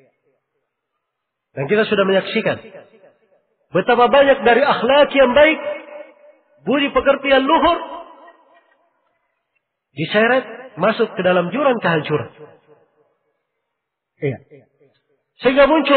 Dan kita sudah menyaksikan betapa banyak dari akhlak yang baik, budi pekerti yang luhur, diseret masuk ke dalam jurang kehancuran. Iya. Sehingga muncul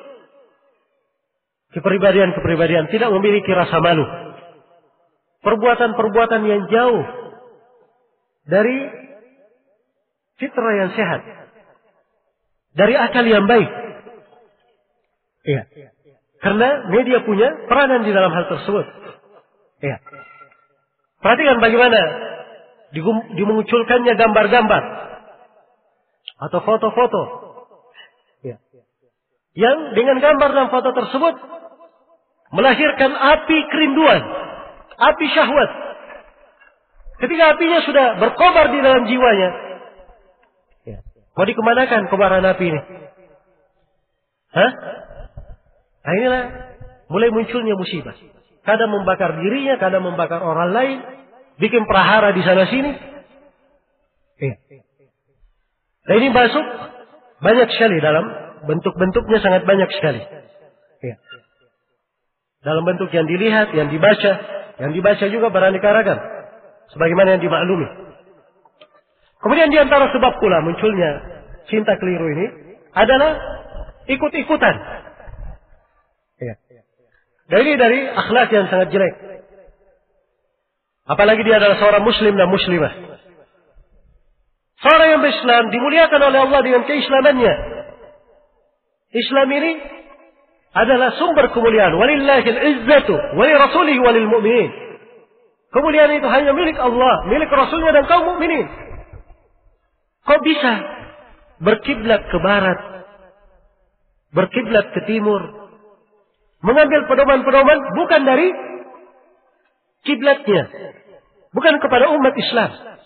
kepribadian-kepribadian tidak memiliki rasa malu. Perbuatan-perbuatan yang jauh dari fitrah yang sehat. Dari akal yang baik. Iya. Karena media punya peranan di dalam hal tersebut. Iya. Perhatikan bagaimana dimunculkannya gambar-gambar atau foto-foto, ya, yang dengan gambar dan foto tersebut melahirkan api kerinduan, api syahwat. Ketika apinya sudah berkobar di dalam jiwanya, ya, mau dikemanakan kobaran api ini? Hah? Nah, inilah mulai munculnya musibah. Kadang membakar dirinya, kadang membakar orang lain, bikin prahara di sana sini. Ya. Dan ini masuk banyak sekali dalam bentuk-bentuknya, sangat banyak sekali. Ya. Dalam bentuk yang dilihat, yang dibaca, yang dibaca juga beraneka ragam, sebagaimana yang dimaklumi. Kemudian di antara sebab pula munculnya cinta keliru ini adalah ikut-ikutan. Ya. Dan ini dari akhlak yang sangat jelek. Apalagi dia adalah seorang muslim dan muslimah. Seorang yang berislam dimuliakan oleh Allah dengan keislamannya. Islam ini adalah sumber kemuliaan. Walillahil izzatu wali rasulihi walil mu'minin. Kemuliaan itu hanya milik Allah, milik Rasulnya dan kaum mukminin. Kok bisa berkiblat ke barat, berkiblat ke timur, mengambil pedoman-pedoman bukan dari kiblatnya, bukan kepada umat Islam.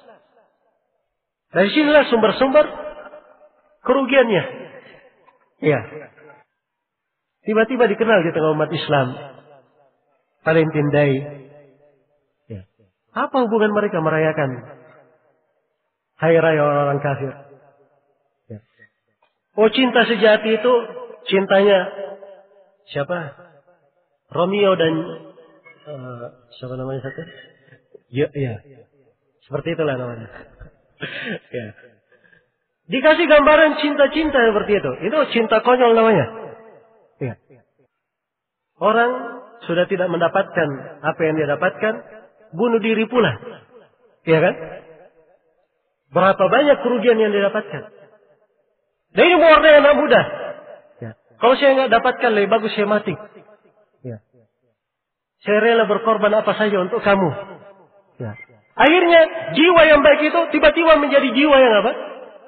Dari sinilah sumber-sumber kerugiannya. Ya. Tiba-tiba dikenal di tengah umat Islam Valentine Day. Ya. Apa hubungan mereka merayakan hari raya orang-orang kafir? Ya. Oh, cinta sejati itu cintanya siapa? Romeo dan uh, siapa namanya satu? Ya, ya. Seperti itulah namanya. Ya. Dikasih gambaran cinta-cinta seperti itu. Itu cinta konyol namanya. Ya. Orang sudah tidak mendapatkan apa yang dia dapatkan, bunuh diri pula. Iya kan? Berapa banyak kerugian yang dia dapatkan. Dan ini mewarnai anak muda. Ya. Kalau saya nggak dapatkan, lebih bagus saya mati. Ya. Saya rela berkorban apa saja untuk kamu. Ya. Akhirnya jiwa yang baik itu tiba-tiba menjadi jiwa yang apa?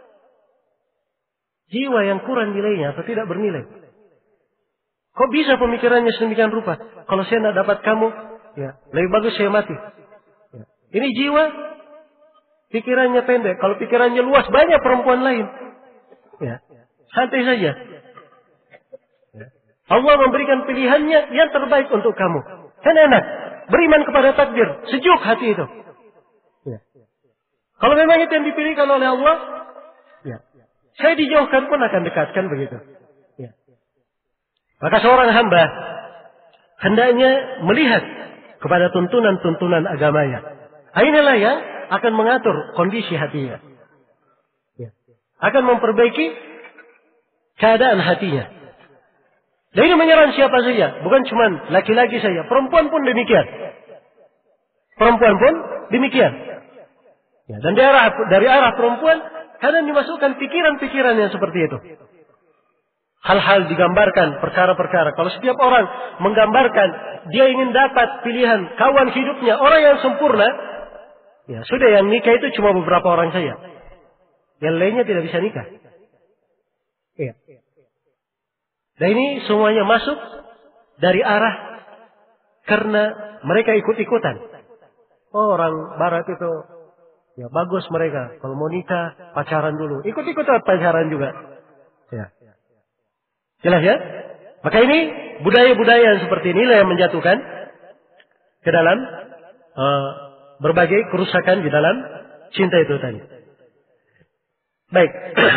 Jiwa yang kurang nilainya atau tidak bernilai. Kok bisa pemikirannya sedemikian rupa? Kalau saya tidak dapat kamu, ya, lebih bagus saya mati. Ya. Ini jiwa pikirannya pendek. Kalau pikirannya luas, banyak perempuan lain. Ya. Santai saja. Ya. Allah memberikan pilihannya yang terbaik untuk kamu. Kan enak. Beriman kepada takdir. Sejuk hati itu. Ya. Kalau memang itu yang dipilihkan oleh Allah, ya, saya dijauhkan pun akan dekatkan begitu. Ya. Maka seorang hamba hendaknya melihat kepada tuntunan-tuntunan agamanya. Inilah yang akan mengatur kondisi hatinya. Ya. Akan memperbaiki keadaan hatinya. Dan ini menyerang siapa saja. Bukan cuma laki-laki saja. Perempuan pun demikian. Perempuan pun demikian. Ya, dan dari arah, dari arah perempuan kadang dimasukkan pikiran-pikiran yang seperti itu. Hal-hal digambarkan, perkara-perkara. Kalau setiap orang menggambarkan dia ingin dapat pilihan kawan hidupnya, orang yang sempurna, ya sudah, yang nikah itu cuma beberapa orang saja. Yang lainnya tidak bisa nikah. Iya. Dan ini semuanya masuk dari arah karena mereka ikut-ikutan. Oh, orang barat itu ya bagus mereka. Kalau mau nikah, pacaran dulu. Ikut-ikutan pacaran juga. Ya. Jelas ya? Maka ini budaya-budaya yang seperti inilah yang menjatuhkan ke dalam uh, berbagai kerusakan di dalam cinta itu tadi. Baik.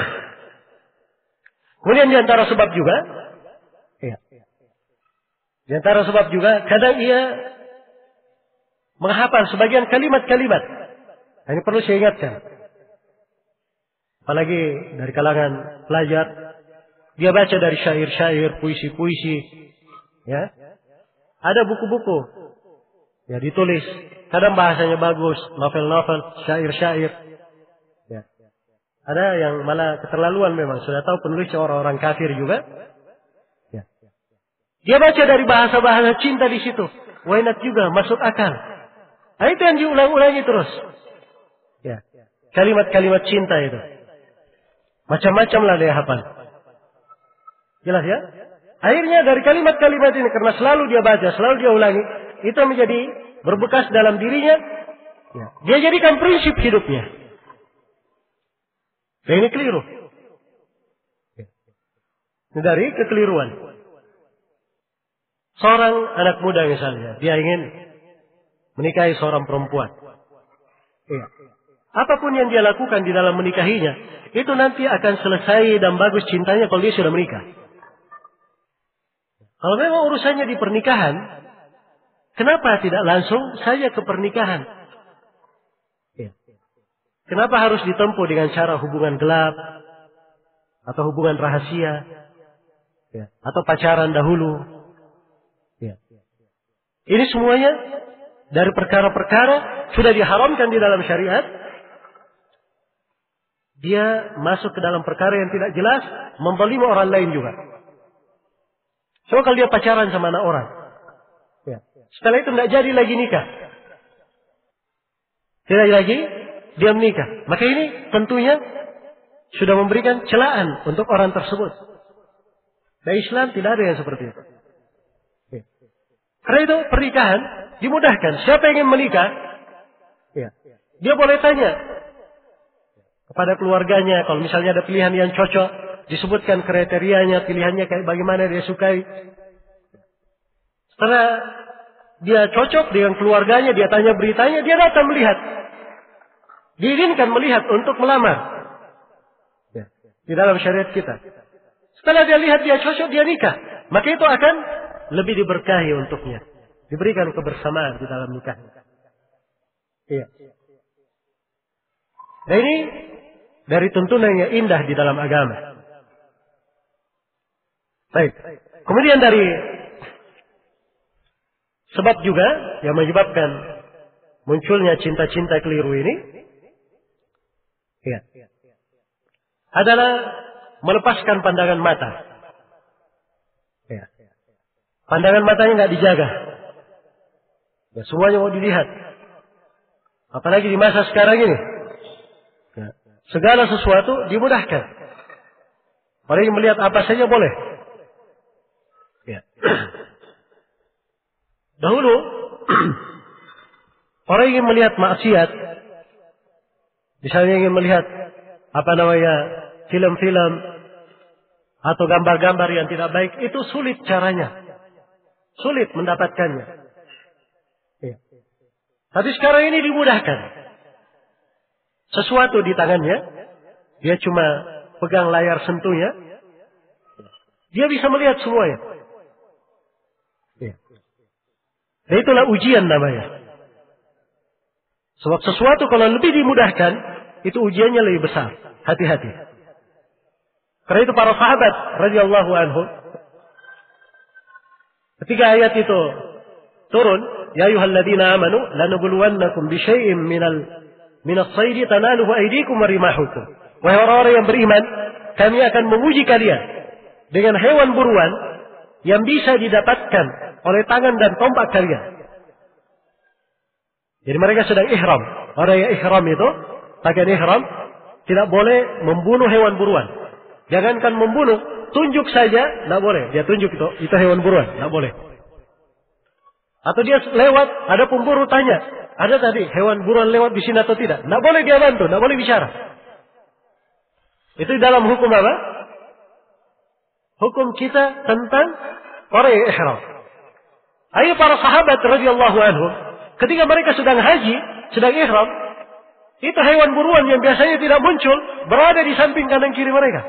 Kemudian di antara sebab juga, ya, di antara sebab juga kadang ia menghafal sebagian kalimat-kalimat. Ini perlu saya ingatkan. Apalagi dari kalangan pelajar. Dia baca dari syair-syair, puisi-puisi. Ya. Ada buku-buku. Ya, ditulis. Kadang bahasanya bagus. Novel-novel, syair-syair. Ya. Ada yang malah keterlaluan memang. Sudah tahu penulisnya orang-orang kafir juga. Ya. Dia baca dari bahasa-bahasa cinta di situ. Why not juga, masuk akal. Nah, itu yang diulang-ulangi terus. Ya. Kalimat-kalimat cinta itu. Macam-macam lah dia hafal. Jelas ya? Akhirnya dari kalimat-kalimat ini, karena selalu dia baca, selalu dia ulangi, itu menjadi berbekas dalam dirinya. Ya. Dia jadikan prinsip hidupnya. Dan ini keliru. Ya. Ini dari kekeliruan. Seorang anak muda misalnya, dia ingin menikahi seorang perempuan. Ya. Apapun yang dia lakukan di dalam menikahinya, itu nanti akan selesai dan bagus cintanya kalau dia sudah menikah. Kalau memang urusannya di pernikahan, kenapa tidak langsung saja ke pernikahan? Ya. Kenapa harus ditempuh dengan cara hubungan gelap atau hubungan rahasia, ya, atau pacaran dahulu? Ya. Ini semuanya dari perkara-perkara sudah diharamkan di dalam syariat. Dia masuk ke dalam perkara yang tidak jelas, menzalimi orang lain juga. Coba kalau dia pacaran sama anak orang. Ya. Setelah itu tidak jadi lagi nikah. Tidak lagi dia menikah. Maka ini tentunya sudah memberikan celaan untuk orang tersebut. Di Islam tidak ada yang seperti itu. Ya. Karena itu pernikahan dimudahkan. Siapa yang ingin menikah, ya, dia boleh tanya kepada keluarganya. Kalau misalnya ada pilihan yang cocok, disebutkan kriterianya, pilihannya kayak bagaimana dia sukai. Setelah dia cocok dengan keluarganya, dia tanya beritanya, dia datang melihat. Diizinkan melihat untuk melamar. Ya. Di dalam syariat kita. Setelah dia lihat dia cocok, dia nikah. Maka itu akan lebih diberkahi untuknya. Diberikan kebersamaan di dalam nikah. Iya. Nah ini dari tuntunan yang indah di dalam agama. Baik. Kemudian dari sebab juga yang menyebabkan munculnya cinta-cinta keliru ini, ya, adalah melepaskan pandangan mata. Ya. Pandangan matanya nggak dijaga. Ya, semuanya mau dilihat. Apalagi di masa sekarang ini, ya, segala sesuatu dimudahkan. Orang yang melihat apa saja boleh. Ya. Dahulu orang ingin melihat maksiat, misalnya ingin melihat apa namanya film-film atau gambar-gambar yang tidak baik, itu sulit caranya, sulit mendapatkannya. Ya. Tapi sekarang ini dimudahkan. Sesuatu di tangannya, dia cuma pegang layar sentuhnya, dia bisa melihat semuanya. Ya. Dan itulah ujian namanya. Sebab sesuatu kalau lebih dimudahkan, itu ujiannya lebih besar. Hati-hati. Karena itu para sahabat radhiyallahu anhum, ketika ayat itu turun, ya ayyuhalladzina amanu lanabluwannakum bisyai'im minal minas saidi tanaluhu aydikum wa rimahukum. Wahai orang-orang yang beriman, kami akan menguji kalian dengan hewan buruan yang bisa didapatkan oleh tangan dan tombak kalian. Jadi mereka sedang ihram. Orang yang ihram itu, pakaian ihram, tidak boleh membunuh hewan buruan. Jangankan membunuh, tunjuk saja, tidak boleh. Dia tunjuk itu, itu hewan buruan, tidak boleh. Atau dia lewat, ada pemburu tanya, ada tadi hewan buruan lewat di sini atau tidak? Tidak boleh dia bantu, tidak boleh bicara. Itu dalam hukum apa? Hukum kita tentang orang yang ihram. Ayo para sahabat radhiyallahu anhum, ketika mereka sedang haji, sedang ihram, itu hewan buruan yang biasanya tidak muncul, berada di samping kanan kiri mereka.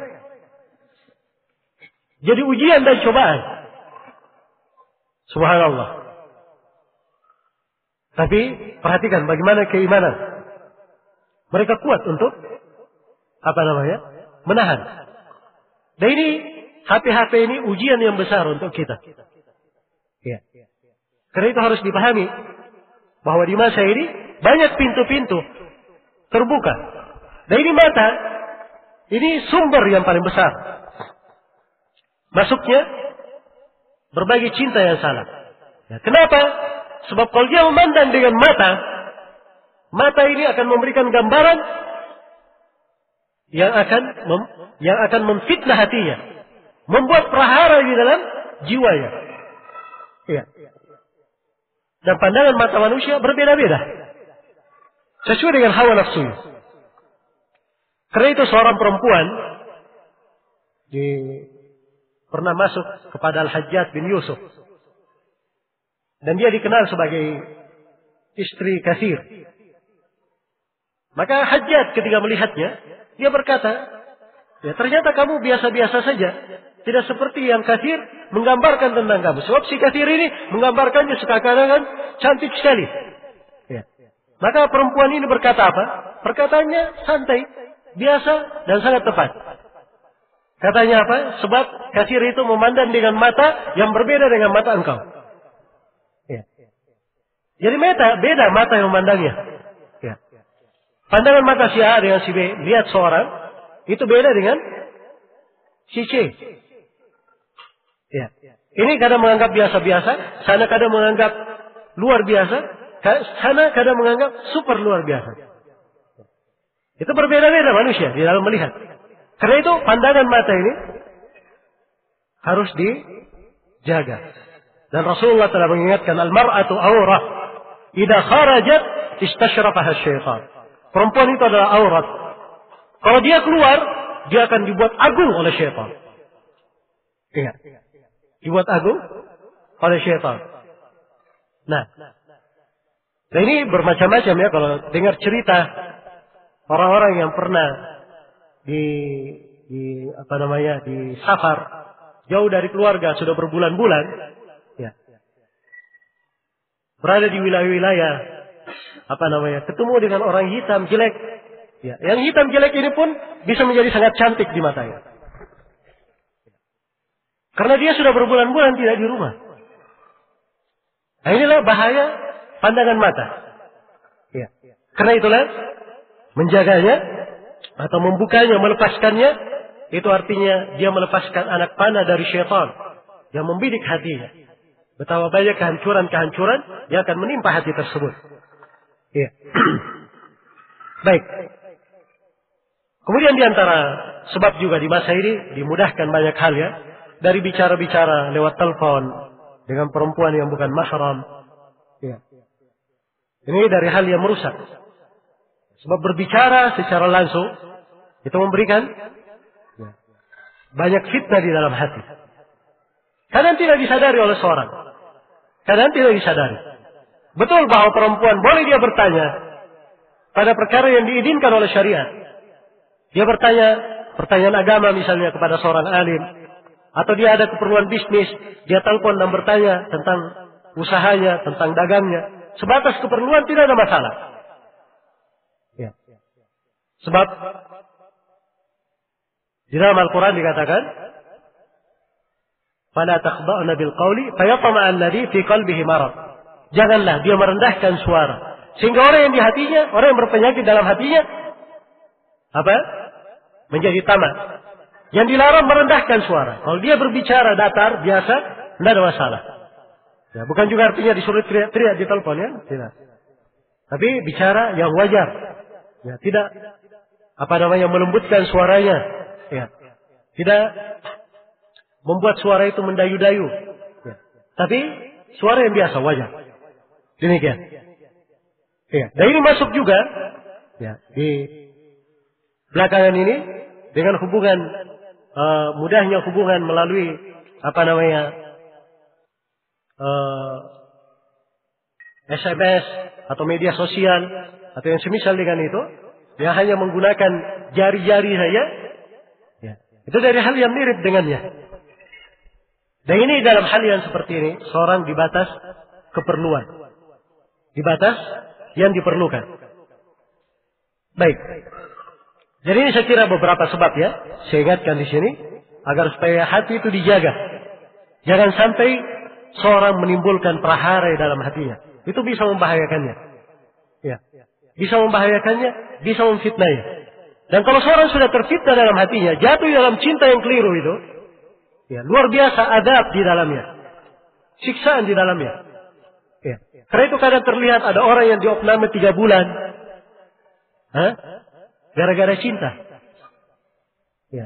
Jadi ujian dan cobaan. Subhanallah. Tapi perhatikan bagaimana keimanan. Mereka kuat untuk apa namanya? Menahan. Dan ini H P H P ini ujian yang besar untuk kita. Ya. Karena itu harus dipahami bahwa di masa ini banyak pintu-pintu terbuka. Dan ini mata, ini sumber yang paling besar. Masuknya berbagai cinta yang salah. Ya, kenapa? Sebab kalau dia memandang dengan mata, mata ini akan memberikan gambaran yang akan mem, yang akan memfitnah hatinya, membuat prahara di dalam jiwanya. Ya. Dan pandangan mata manusia berbeda-beda, sesuai dengan hawa nafsu. Karena itu seorang perempuan di, pernah masuk kepada Al-Hajjaj bin Yusuf. Dan dia dikenal sebagai istri Katsir. Maka Hajjaj ketika melihatnya, dia berkata, ya ternyata kamu biasa-biasa saja. Tidak seperti yang Katsir menggambarkan tentang kamu. Sebab si Katsir ini menggambarkannya seakan-akan cantik sekali. Ya. Maka perempuan ini berkata apa? Perkataannya santai, biasa dan sangat tepat. Katanya apa? Sebab Katsir itu memandang dengan mata yang berbeda dengan mata engkau. Ya. Jadi mata, beda mata yang memandangnya. Ya. Pandangan mata si A dengan si B, lihat seorang, itu beda dengan si C. Ya. Ini kadang menganggap biasa-biasa, sana kadang menganggap luar biasa, sana kadang menganggap super luar biasa. Itu berbeda-beda manusia di dalam melihat. Karena itu pandangan mata ini harus dijaga. Dan Rasulullah telah mengingatkan, al-mar'atu awrah, idza kharajat istashrafaha syaitan. Perempuan itu adalah aurat. Kalau dia keluar, dia akan dibuat agung oleh syaitan. Iya. Dibuat agung oleh syaitan. Nah, nah ini bermacam-macam ya kalau dengar cerita orang-orang yang pernah di, di apa namanya di safar jauh dari keluarga sudah berbulan-bulan, ya, berada di wilayah-wilayah apa namanya ketemu dengan orang hitam jelek, ya, yang hitam jelek ini pun bisa menjadi sangat cantik di matanya. Karena dia sudah berbulan-bulan tidak di rumah. Nah inilah bahaya pandangan mata. Ya. Karena itulah menjaganya atau membukanya, melepaskannya, itu artinya dia melepaskan anak panah dari syaitan yang membidik hatinya. Betapa banyak kehancuran-kehancuran yang akan menimpa hati tersebut. Ya. Baik. Kemudian diantara sebab juga di masa ini dimudahkan banyak hal ya. Dari bicara-bicara lewat telepon dengan perempuan yang bukan mahram. Ya. Ini dari hal yang merusak. Sebab berbicara secara langsung itu memberikan ya, banyak fitnah di dalam hati. Kadang tidak disadari oleh seorang. Kadang tidak disadari. Betul bahwa perempuan boleh dia bertanya pada perkara yang diizinkan oleh syariat. Dia bertanya pertanyaan agama misalnya kepada seorang alim. Atau dia ada keperluan bisnis, dia telepon dan bertanya tentang usahanya, tentang dagangnya. Sebatas keperluan tidak ada masalah. Ya. Sebab di dalam Al-Quran dikatakan, "Fala takhda'na bil qawli fayatma'a alladhi fi qalbihi marad." Janganlah dia merendahkan suara, sehingga orang yang di hatinya, orang yang berpenyakit dalam hatinya, apa? Menjadi tamak. Yang dilarang merendahkan suara. Kalau dia berbicara datar, biasa, tidak ada masalah. Ya, bukan juga artinya disuruh teriak-teriak di telepon, ya? Tidak. Tapi bicara yang wajar. Ya, tidak apa namanya melembutkan suaranya. Ya. Tidak membuat suara itu mendayu-dayu. Ya. Tapi suara yang biasa, wajar. Demikian. Ya. Dan ini masuk juga ya, di belakangan ini dengan hubungan uh, mudahnya hubungan melalui apa namanya uh, S M S atau media sosial atau yang semisal dengan itu, yang hanya menggunakan jari-jari saja, ya, itu dari hal yang mirip dengannya. Dan ini dalam hal yang seperti ini, seorang di batas keperluan, di batas yang diperlukan. Baik. Jadi ini saya kira beberapa sebab ya, saya ingatkan di sini agar supaya hati itu dijaga. Jangan sampai seorang menimbulkan prahara dalam hatinya. Itu bisa membahayakannya. Ya. Bisa membahayakannya, bisa memfitnahnya. Dan kalau seorang sudah terfitnah dalam hatinya, jatuh dalam cinta yang keliru itu, ya, luar biasa adab di dalamnya. Siksaan di dalamnya. Ya. Karena itu kadang terlihat ada orang yang diopname tiga bulan. Hah? Gara-gara cinta. Ya.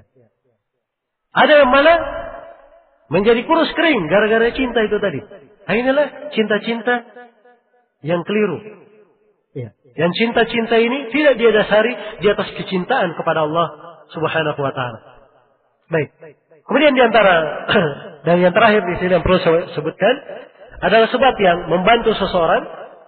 Ada yang malah menjadi kurus kering gara-gara cinta itu tadi. Nah, inilah cinta-cinta yang keliru. Ya. Yang cinta-cinta ini tidak dia dasari di atas kecintaan kepada Allah Subhanahu wa taala. Baik. Kemudian di antara dan yang terakhir di sini yang perlu saya sebutkan adalah sebab yang membantu seseorang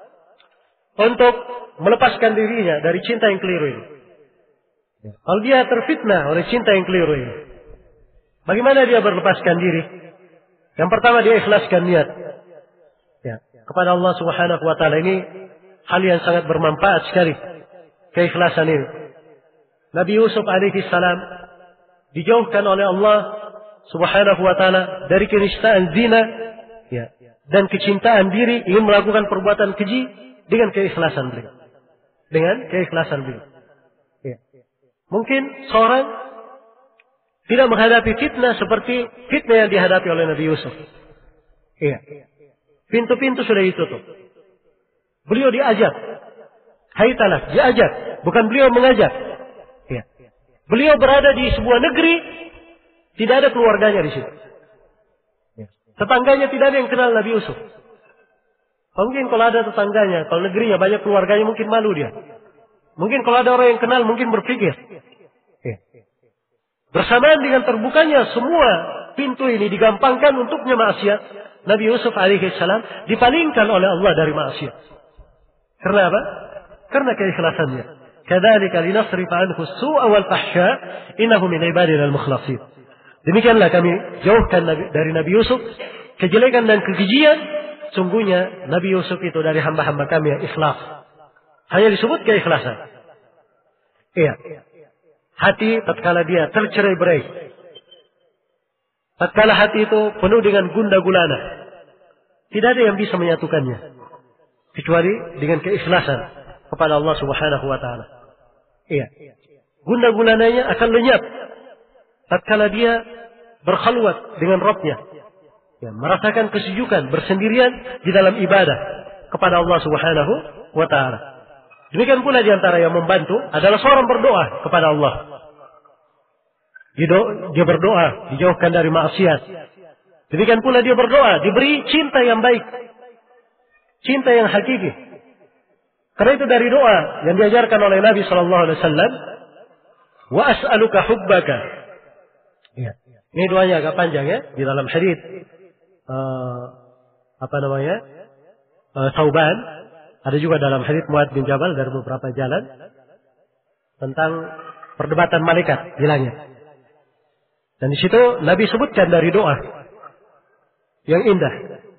untuk melepaskan dirinya dari cinta yang keliru ini. Ya. Kalau dia terfitnah oleh cinta yang keliru ini, bagaimana dia berlepaskan diri? Yang pertama dia ikhlaskan niat. Ya. Kepada Allah Subhanahu wa taala. Ini hal yang sangat bermanfaat sekali, keikhlasan ini. Nabi Yusuf alaihi salam dijauhkan oleh Allah Subhanahu wa taala dari kenistaan zina, ya, dan kecintaan diri, ingin melakukan perbuatan keji dengan keikhlasan beliau. Dengan keikhlasan beliau. Ya. Mungkin seorang tidak menghadapi fitnah seperti fitnah yang dihadapi oleh Nabi Yusuf. Iya. Pintu-pintu sudah ditutup. Beliau diajak. Hai talak, diajak. Bukan beliau mengajak. Iya. Beliau berada di sebuah negeri, tidak ada keluarganya di situ. Tetangganya tidak ada yang kenal Nabi Yusuf. Mungkin kalau ada tetangganya, kalau negerinya banyak keluarganya, mungkin malu dia. Mungkin kalau ada orang yang kenal, mungkin berpikir. Ya. Bersamaan dengan terbukanya semua pintu ini digampangkan untuknya maksiat, Nabi Yusuf alaihi salam dipalingkan oleh Allah dari maksiat. Karena apa? Karena keikhlasannya. Kadzalika linasrifa anhu as-su'a wal fahsya innahu min ibadina al-mukhlasin. Demikianlah kami jauhkan dari Nabi Yusuf kejelekan dan kekejian. Sungguhnya Nabi Yusuf itu dari hamba-hamba kami yang ikhlas. Hanya disebut keikhlasan. Iya. Hati tatkala dia tercerai-berai. Tatkala hati itu penuh dengan gundah gulana. Tidak ada yang bisa menyatukannya. Kecuali dengan keikhlasan kepada Allah Subhanahu wa taala. Iya. Gundah gulananya akan lenyap tatkala dia berkhalwat dengan Rabb-Nya. Ya, merasakan kesejukan bersendirian di dalam ibadah kepada Allah Subhanahu wa taala. Demikian pula di antara yang membantu adalah seorang berdoa kepada Allah. Dia berdoa dijauhkan dari maksiat. Demikian pula dia berdoa diberi cinta yang baik, cinta yang hakiki. Karena itu dari doa yang diajarkan oleh Nabi Sallallahu Alaihi Wasallam, wa as'aluka hubbaka. Ya. Ini doanya agak panjang ya di dalam hadits uh, apa namanya uh, Thauban. Ada juga dalam hadits Muadz bin Jabal dari beberapa jalan tentang perdebatan malaikat di langit. Dan di situ Nabi sebutkan dari doa yang indah.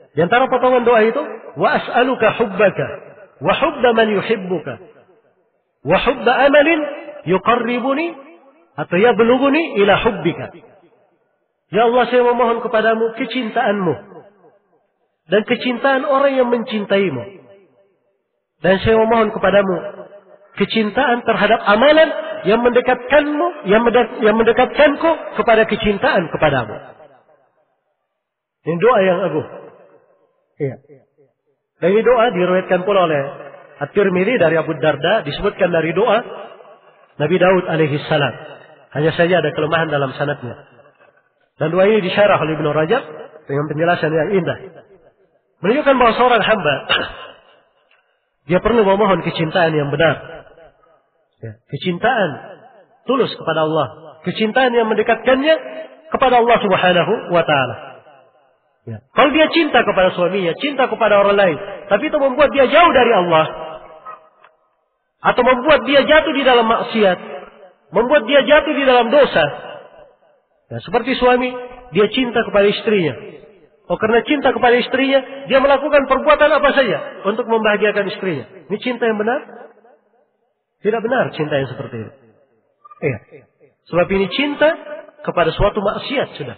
Di antara potongan doa itu, wa as'aluka hubbaka wa hubba man yuhibbuka wa hubba amalin yuqarribuni atau yablughuni ila hubbika. Ya Allah, saya memohon kepadamu kecintaanmu dan kecintaan orang yang mencintaimu. Dan saya memohon kepadamu kecintaan terhadap amalan yang mendekatkanmu, yang, mendek, yang mendekatkanku kepada kecintaan kepadamu. Ini doa yang agung. Iya. Dan ini doa diriwayatkan pula oleh At-Tirmidzi dari Abu Darda, disebutkan dari doa Nabi Daud alaihi salam. Hanya saja ada kelemahan dalam sanadnya. Dan doa ini disyarah oleh Ibnu Rajab dengan penjelasan yang indah. Menunjukkan bahwa seorang hamba dia perlu memohon kecintaan yang benar. Ya, kecintaan tulus kepada Allah. Kecintaan yang mendekatkannya kepada Allah Subhanahu wa ta'ala. Ya. Kalau dia cinta kepada suaminya, cinta kepada orang lain, tapi itu membuat dia jauh dari Allah, atau membuat dia jatuh di dalam maksiat, membuat dia jatuh di dalam dosa. Ya, seperti suami, dia cinta kepada istrinya. Oh, karena cinta kepada istrinya, dia melakukan perbuatan apa saja untuk membahagiakan istrinya. Ini cinta yang benar? Tidak benar cinta yang seperti ini. Iya. Sebab ini cinta kepada suatu maksiat sudah.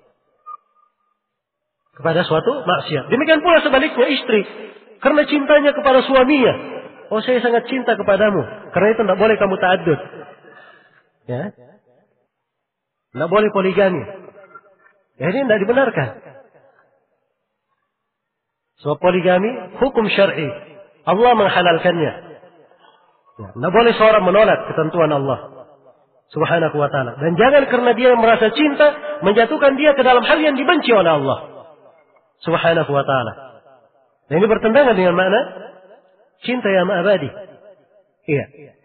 Kepada suatu maksiat. Demikian pula sebaliknya istri. Karena cintanya kepada suaminya. Oh, saya sangat cinta kepadamu. Karena itu tidak boleh kamu ta'addud. Ya. Tidak boleh poligami. Ya, ini tidak dibenarkan. Sebab poligami hukum syar'i. Allah menghalalkannya. Ya, tidak boleh seorang menolak ketentuan Allah Subhanahu wa ta'ala. Dan jangan karena dia merasa cinta menjatuhkan dia ke dalam hal yang dibenci oleh Allah Subhanahu wa ta'ala. Dan ini bertentangan dengan makna cinta yang abadi. Iya.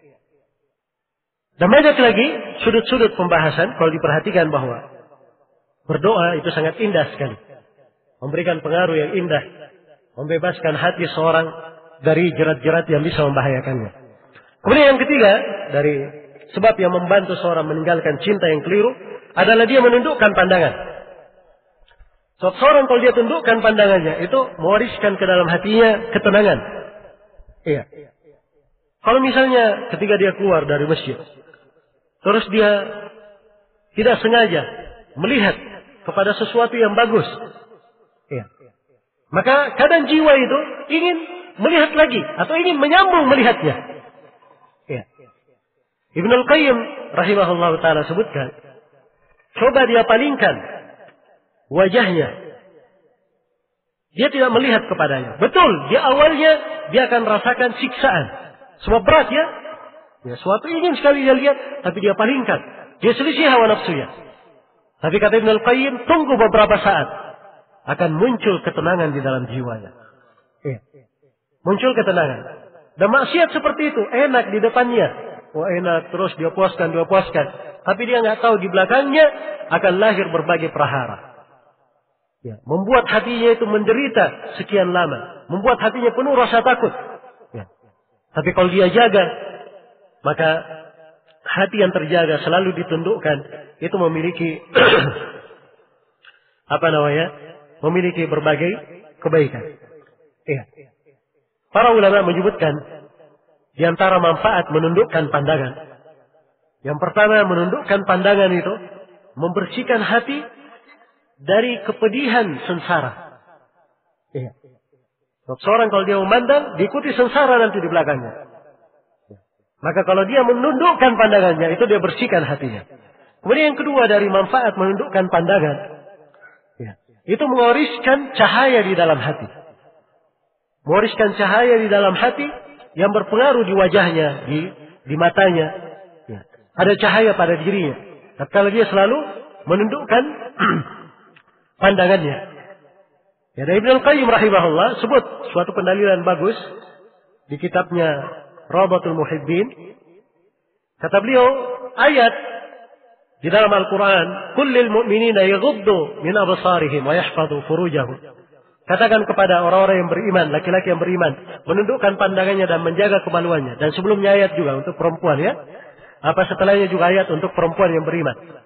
Dan banyak lagi sudut-sudut pembahasan kalau diperhatikan bahwa berdoa itu sangat indah sekali. Memberikan pengaruh yang indah. Membebaskan hati seorang dari jerat-jerat yang bisa membahayakannya. Kemudian yang ketiga, dari sebab yang membantu seorang meninggalkan cinta yang keliru adalah dia menundukkan pandangan. So, seorang kalau dia tundukkan pandangannya, itu mewariskan ke dalam hatinya ketenangan. Iya. Kalau misalnya ketika dia keluar dari masjid, terus dia tidak sengaja melihat kepada sesuatu yang bagus, iya. Maka kadang jiwa itu ingin melihat lagi atau ingin menyambung melihatnya. Ya. Ibnul Qayyim rahimahullah ta'ala sebutkan, coba dia palingkan wajahnya. Dia tidak melihat kepadanya. Betul, di awalnya dia akan rasakan siksaan. Sebab berat ya. Ya, suatu ingin sekali dia lihat, tapi dia palingkan. Dia selisih hawa nafsunya. Tapi kata Ibnul Qayyim, tunggu beberapa saat. Akan muncul ketenangan di dalam jiwanya. Ya. Muncul ketenangan. Dan maksiat seperti itu enak di depannya. Wah, enak terus dia puaskan, dia puaskan. Tapi dia nggak tahu di belakangnya akan lahir berbagai prahara. Ya. Membuat hatinya itu menderita sekian lama. Membuat hatinya penuh rasa takut. Ya. Tapi kalau dia jaga, maka hati yang terjaga selalu ditundukkan. Itu memiliki apa namanya? Memiliki berbagai kebaikan. Iya. Para ulama menyebutkan di antara manfaat menundukkan pandangan. Yang pertama, menundukkan pandangan itu membersihkan hati dari kepedihan sengsara. Iya. Seorang kalau dia memandang, diikuti sengsara nanti di belakangnya. Maka kalau dia menundukkan pandangannya, itu dia bersihkan hatinya. Kemudian yang kedua dari manfaat menundukkan pandangan, itu mewariskan cahaya di dalam hati. Mewariskan cahaya di dalam hati yang berpengaruh di wajahnya, di, di matanya. Ya. Ada cahaya pada dirinya. Tapi kalau dia selalu menundukkan pandangannya. Ya, dari Ibnul Qayyim rahimahullah sebut suatu pendalilan bagus di kitabnya Rawdatul Muhibbin. Kata beliau, ayat di dalam Al-Quran, kullil mu'minina yaghuddu min absarihim wa yahfadhu furujahum. Katakan kepada orang-orang yang beriman, laki-laki yang beriman, menundukkan pandangannya dan menjaga kemaluannya. Dan sebelumnya ayat juga untuk perempuan ya. Apa setelahnya juga ayat untuk perempuan yang beriman.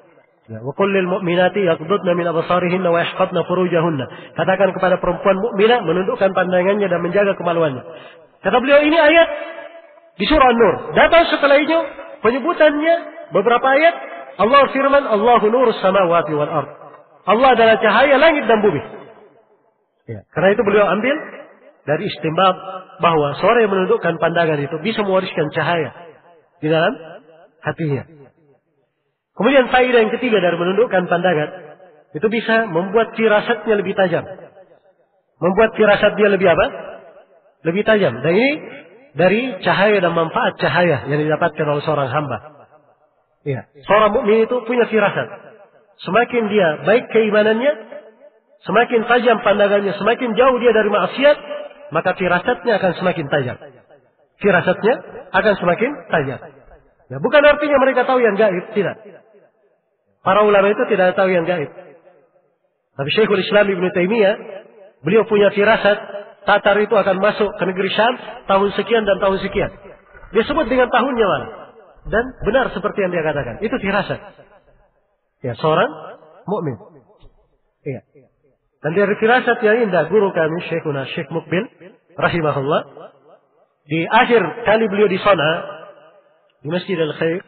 Ya, wa qul lil mu'minati yaghdudna min absarihinna wa yahfazna furujahunna. Katakan kepada perempuan mukminah menundukkan pandangannya dan menjaga kemaluannya. Kata beliau, ini ayat di surah An-Nur. Datang setelah itu penyebutannya beberapa ayat. Allah firman, Allahu nurus samawati wal ard. Allah adalah cahaya langit dan bumi. Ya, karena itu beliau ambil dari istinbab bahwa seorang yang menundukkan pandangan itu bisa mewariskan cahaya di dalam hatinya. Kemudian faedah yang ketiga dari menundukkan pandangan, itu bisa membuat firasatnya lebih tajam. Membuat firasat dia lebih apa? Lebih tajam. Dan ini dari cahaya dan manfaat cahaya yang didapatkan oleh seorang hamba. Ya. Seorang mukmin itu punya firasat. Semakin dia baik keimanannya, semakin tajam pandangannya, semakin jauh dia dari maksiat, maka firasatnya akan semakin tajam. Firasatnya akan semakin tajam. Ya, bukan artinya mereka tahu yang gaib, tidak. Para ulama itu tidak tahu yang gaib. Tapi Syekhul Islam Ibnu Taimiyah, beliau punya firasat, Tatar itu akan masuk ke negeri Syam tahun sekian dan tahun sekian. Dia sebut dengan tahunnya malah. Dan benar seperti yang dia katakan. Itu firasat. Ya, seorang mukmin. Iya. Dan dari firasat yang indah, guru kami Syekhuna Syekh Mukbil rahimahullah, di akhir kali beliau di sana, di Masjid Al-Khair,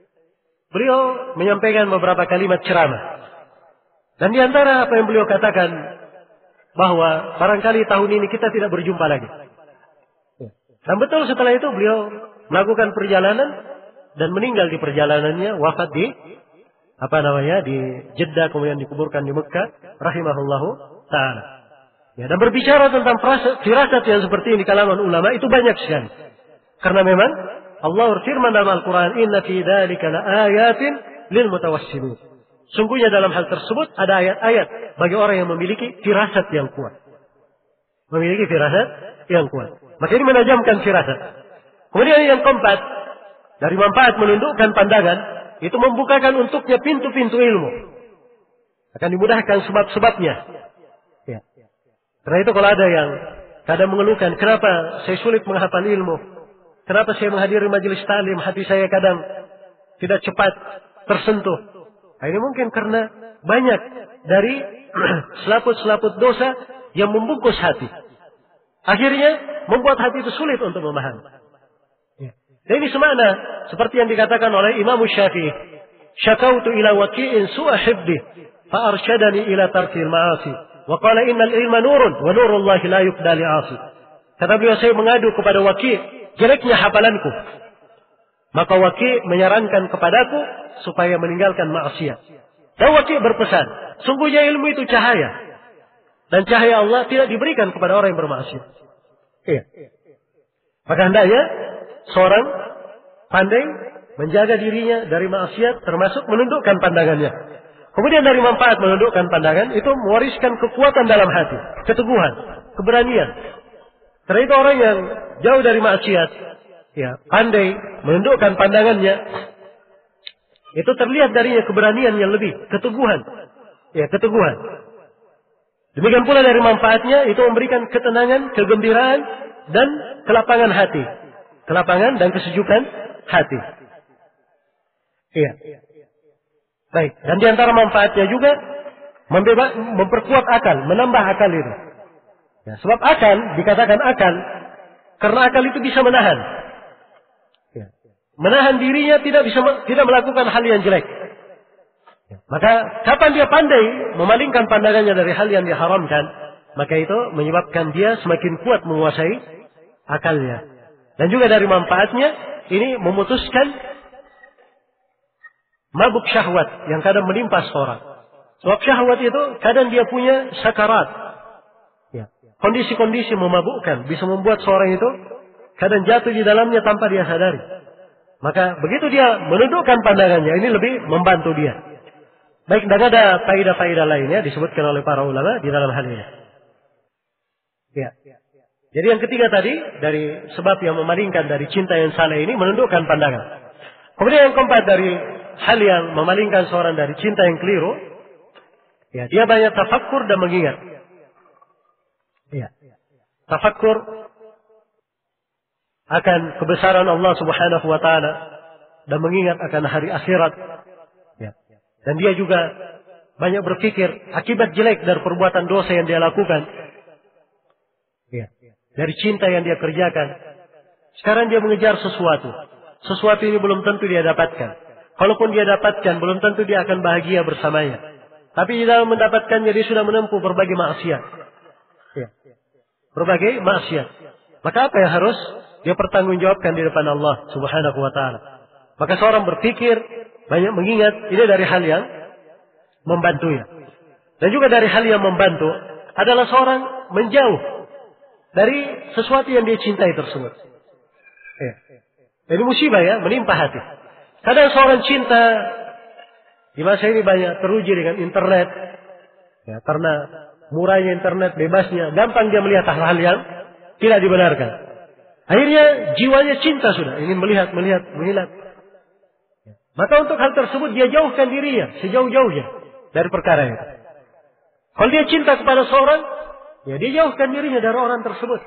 beliau menyampaikan beberapa kalimat ceramah. Dan di antara apa yang beliau katakan, bahwa barangkali tahun ini kita tidak berjumpa lagi. Dan betul setelah itu beliau melakukan perjalanan dan meninggal di perjalanannya, wafat di apa namanya di Jeddah, kemudian dikuburkan di Mekah, rahimahullahu taala. Ya, dan berbicara tentang firasat yang seperti ini di kalangan ulama itu banyak sekali. Karena memang Allah berfirman dalam Al-Quran, Inna fi dzalika laayatin lil mutawassimin. Sungguhnya dalam hal tersebut ada ayat-ayat bagi orang yang memiliki firasat yang kuat. Memiliki firasat yang kuat. Maka ini menajamkan firasat. Kemudian yang keempat, dari manfaat menundukkan pandangan, itu membukakan untuknya pintu-pintu ilmu. Akan dimudahkan sebab-sebabnya. Ya. Karena itu kalau ada yang kadang mengeluhkan, kenapa saya sulit menghafal ilmu? Kenapa saya menghadiri majelis ta'lim, hati saya kadang tidak cepat tersentuh? Nah, ini mungkin karena banyak dari selaput-selaput dosa yang membungkus hati. Akhirnya membuat hati itu sulit untuk memahami. Ya. Dan ini semakna seperti yang dikatakan oleh Imam Syafi'i. Syakautu ila waki'in su'a hifdi, fa'arsyadani ila tarkil ma'asi. Wa qala innal ilma nurun, wa nurullahi la yufda li'asi. Kata beliau, saya mengadu kepada Waki' jeleknya hafalanku. Maka Waki' menyarankan kepadaku supaya meninggalkan maksiat. Dan Waki' berpesan, sungguhnya ilmu itu cahaya. Dan cahaya Allah tidak diberikan kepada orang yang bermaksiat. Iya. Maka hendaknya seorang pandai menjaga dirinya dari maksiat, termasuk menundukkan pandangannya. Kemudian dari manfaat menundukkan pandangan, itu mewariskan kekuatan dalam hati, keteguhan, keberanian. Karena itu orang yang jauh dari maksiat, ya, pandai menundukkan pandangannya, itu terlihat darinya keberanian yang lebih, keteguhan, ya, keteguhan. Demikian pula dari manfaatnya itu memberikan ketenangan, kegembiraan dan kelapangan hati, kelapangan dan kesejukan hati. Iya. Baik. Dan di antara manfaatnya juga membebas, memperkuat akal, menambah akal itu. Ya, sebab akal dikatakan akal karena akal itu bisa menahan. Ya. Menahan dirinya tidak bisa tidak melakukan hal yang jelek. Ya. Maka kapan dia pandai memalingkan pandangannya dari hal yang diharamkan, maka itu menyebabkan dia semakin kuat menguasai akalnya. Dan juga dari manfaatnya ini memutuskan mabuk syahwat yang kadang menimpa seorang. Sebab syahwat itu kadang dia punya sakarat. Ya. Kondisi-kondisi memabukkan bisa membuat seorang itu kadang jatuh di dalamnya tanpa dia sadari. Maka begitu dia menundukkan pandangannya, ini lebih membantu dia. Baik, dan ada faedah-faedah lainnya disebutkan oleh para ulama di dalam hal ini. Ya. Jadi yang ketiga tadi, dari sebab yang memalingkan dari cinta yang salah ini, menundukkan pandangan. Kemudian yang keempat dari hal yang memalingkan seorang dari cinta yang keliru, ya, dia banyak tafakkur dan mengingat. Ya. Tafakkur akan kebesaran Allah Subhanahu wa taala dan mengingat akan hari akhirat. Ya. Dan dia juga banyak berpikir akibat jelek dari perbuatan dosa yang dia lakukan. Ya. Dari cinta yang dia kerjakan. Sekarang dia mengejar sesuatu. Sesuatu ini belum tentu dia dapatkan. Kalaupun dia dapatkan, belum tentu dia akan bahagia bersamanya. Tapi di dalam mendapatkannya, dia sudah menempuh berbagai maksiat. Ya. Berbagai maksiat. Maka apa yang harus dia pertanggungjawabkan di depan Allah Subhanahu wa ta'ala? Maka seorang berpikir, banyak mengingat, ini dari hal yang membantunya. Dan juga dari hal yang membantu adalah seorang menjauh dari sesuatu yang dia cintai tersebut. Ya. Jadi musibah ya, menimpa hati. Kadang seorang cinta, di masa ini banyak teruji dengan internet. Ya, karena murahnya internet, bebasnya, gampang dia melihat hal-hal yang tidak dibenarkan. Akhirnya jiwanya cinta sudah, ingin melihat, melihat, melihat. Maka untuk hal tersebut dia jauhkan dirinya sejauh-jauhnya dari perkara itu. Kalau dia cinta kepada seorang, ya dia jauhkan dirinya dari orang tersebut.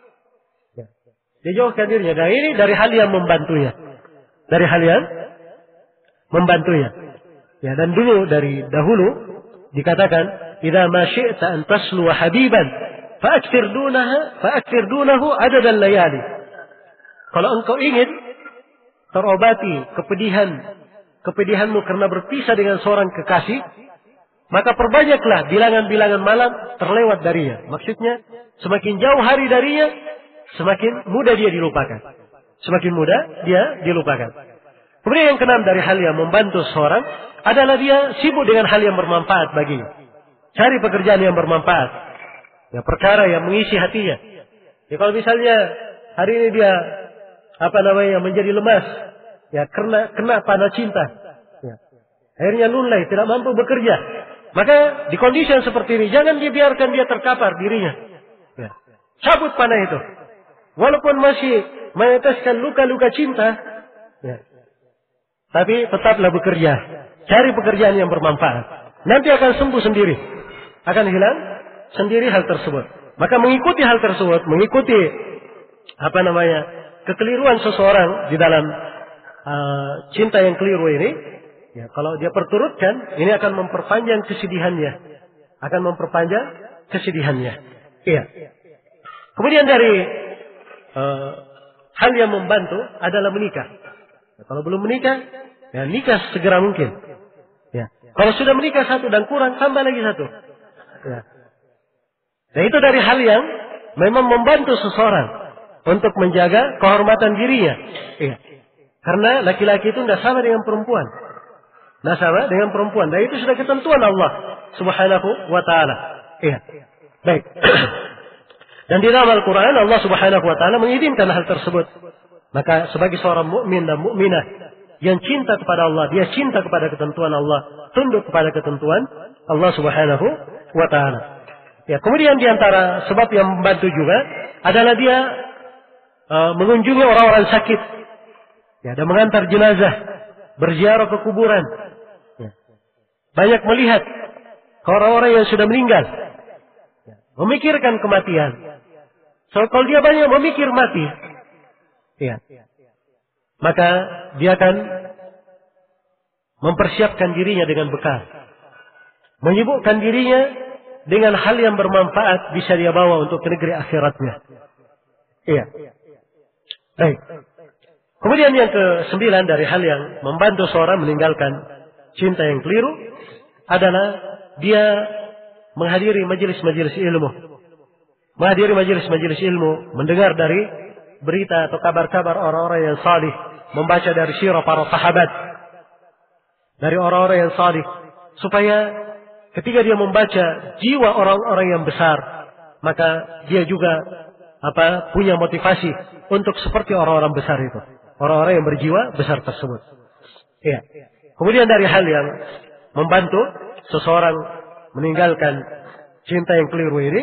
Ya. Dia jauhkan dirinya. Dan ini dari hal yang membantunya. Dari hal yang membantunya. Ya, dan dulu dari dahulu dikatakan, "Idza ma syi'ta an taslu habiban, fa'akthir dunaha, fa'akthir dunahu adad al-layali." Kalau engkau ingin terobati kepedihan kepedihanmu karena berpisah dengan seorang kekasih, maka perbanyaklah bilangan-bilangan malam terlewat darinya. Maksudnya, semakin jauh hari darinya, semakin mudah dia dilupakan. Semakin mudah dia dilupakan. Kemudian yang keenam dari hal yang membantu seorang adalah dia sibuk dengan hal yang bermanfaat baginya. Cari pekerjaan yang bermanfaat. Ya, perkara yang mengisi hatinya. Ya, kalau misalnya hari ini dia apa namanya menjadi lemas, ya kena kena panah cinta, ya. Akhirnya lunglai, tidak mampu bekerja. Maka di kondisi yang seperti ini jangan dibiarkan dia terkapar dirinya. Ya. Cabut panah itu, walaupun masih meneteskan luka-luka cinta, ya. Tapi tetaplah bekerja. Cari pekerjaan yang bermanfaat. Nanti akan sembuh sendiri, akan hilang sendiri hal tersebut. Maka mengikuti hal tersebut, mengikuti apa namanya kekeliruan seseorang di dalam uh, cinta yang keliru ini, ya, kalau dia perturutkan, ini akan memperpanjang kesedihannya, akan memperpanjang kesedihannya. Iya. Kemudian dari uh, hal yang membantu adalah menikah. Ya, kalau belum menikah, ya nikah segera mungkin. Ya. Kalau sudah menikah satu dan kurang, tambah lagi satu. Ya. Nah itu dari hal yang memang membantu seseorang untuk menjaga kehormatan dirinya. Iya. Karena laki-laki itu tidak sama dengan perempuan. Tidak sama dengan perempuan. Dan itu sudah ketentuan Allah Subhanahu wa ta'ala. Iya. Baik. Dan di dalam Al-Quran Allah Subhanahu wa ta'ala mengizinkan hal tersebut. Maka sebagai seorang mukmin dan mukminah yang cinta kepada Allah, dia cinta kepada ketentuan Allah, tunduk kepada ketentuan Allah Subhanahu wa ta'ala. Ya, kemudian di antara sebab yang membantu juga adalah dia uh, mengunjungi orang-orang sakit, ya, dan mengantar jenazah, berziarah ke kuburan. Ya. Banyak melihat orang-orang yang sudah meninggal, ya, memikirkan kematian. So, kalau dia banyak memikir mati, ya, maka dia akan mempersiapkan dirinya dengan bekal, menyibukkan dirinya dengan hal yang bermanfaat bisa dia bawa untuk ke negeri akhiratnya. Iya. Baik. Kemudian yang kesembilan dari hal yang membantu seorang meninggalkan cinta yang keliru adalah dia menghadiri majelis-majelis ilmu. Menghadiri majelis-majelis ilmu, mendengar dari berita atau kabar-kabar orang-orang yang salih, membaca dari sirah para sahabat, dari orang-orang yang salih, supaya ketika dia membaca jiwa orang-orang yang besar, maka dia juga apa punya motivasi untuk seperti orang-orang besar itu, orang-orang yang berjiwa besar tersebut. Ya. Kemudian dari hal yang membantu seseorang meninggalkan cinta yang keliru ini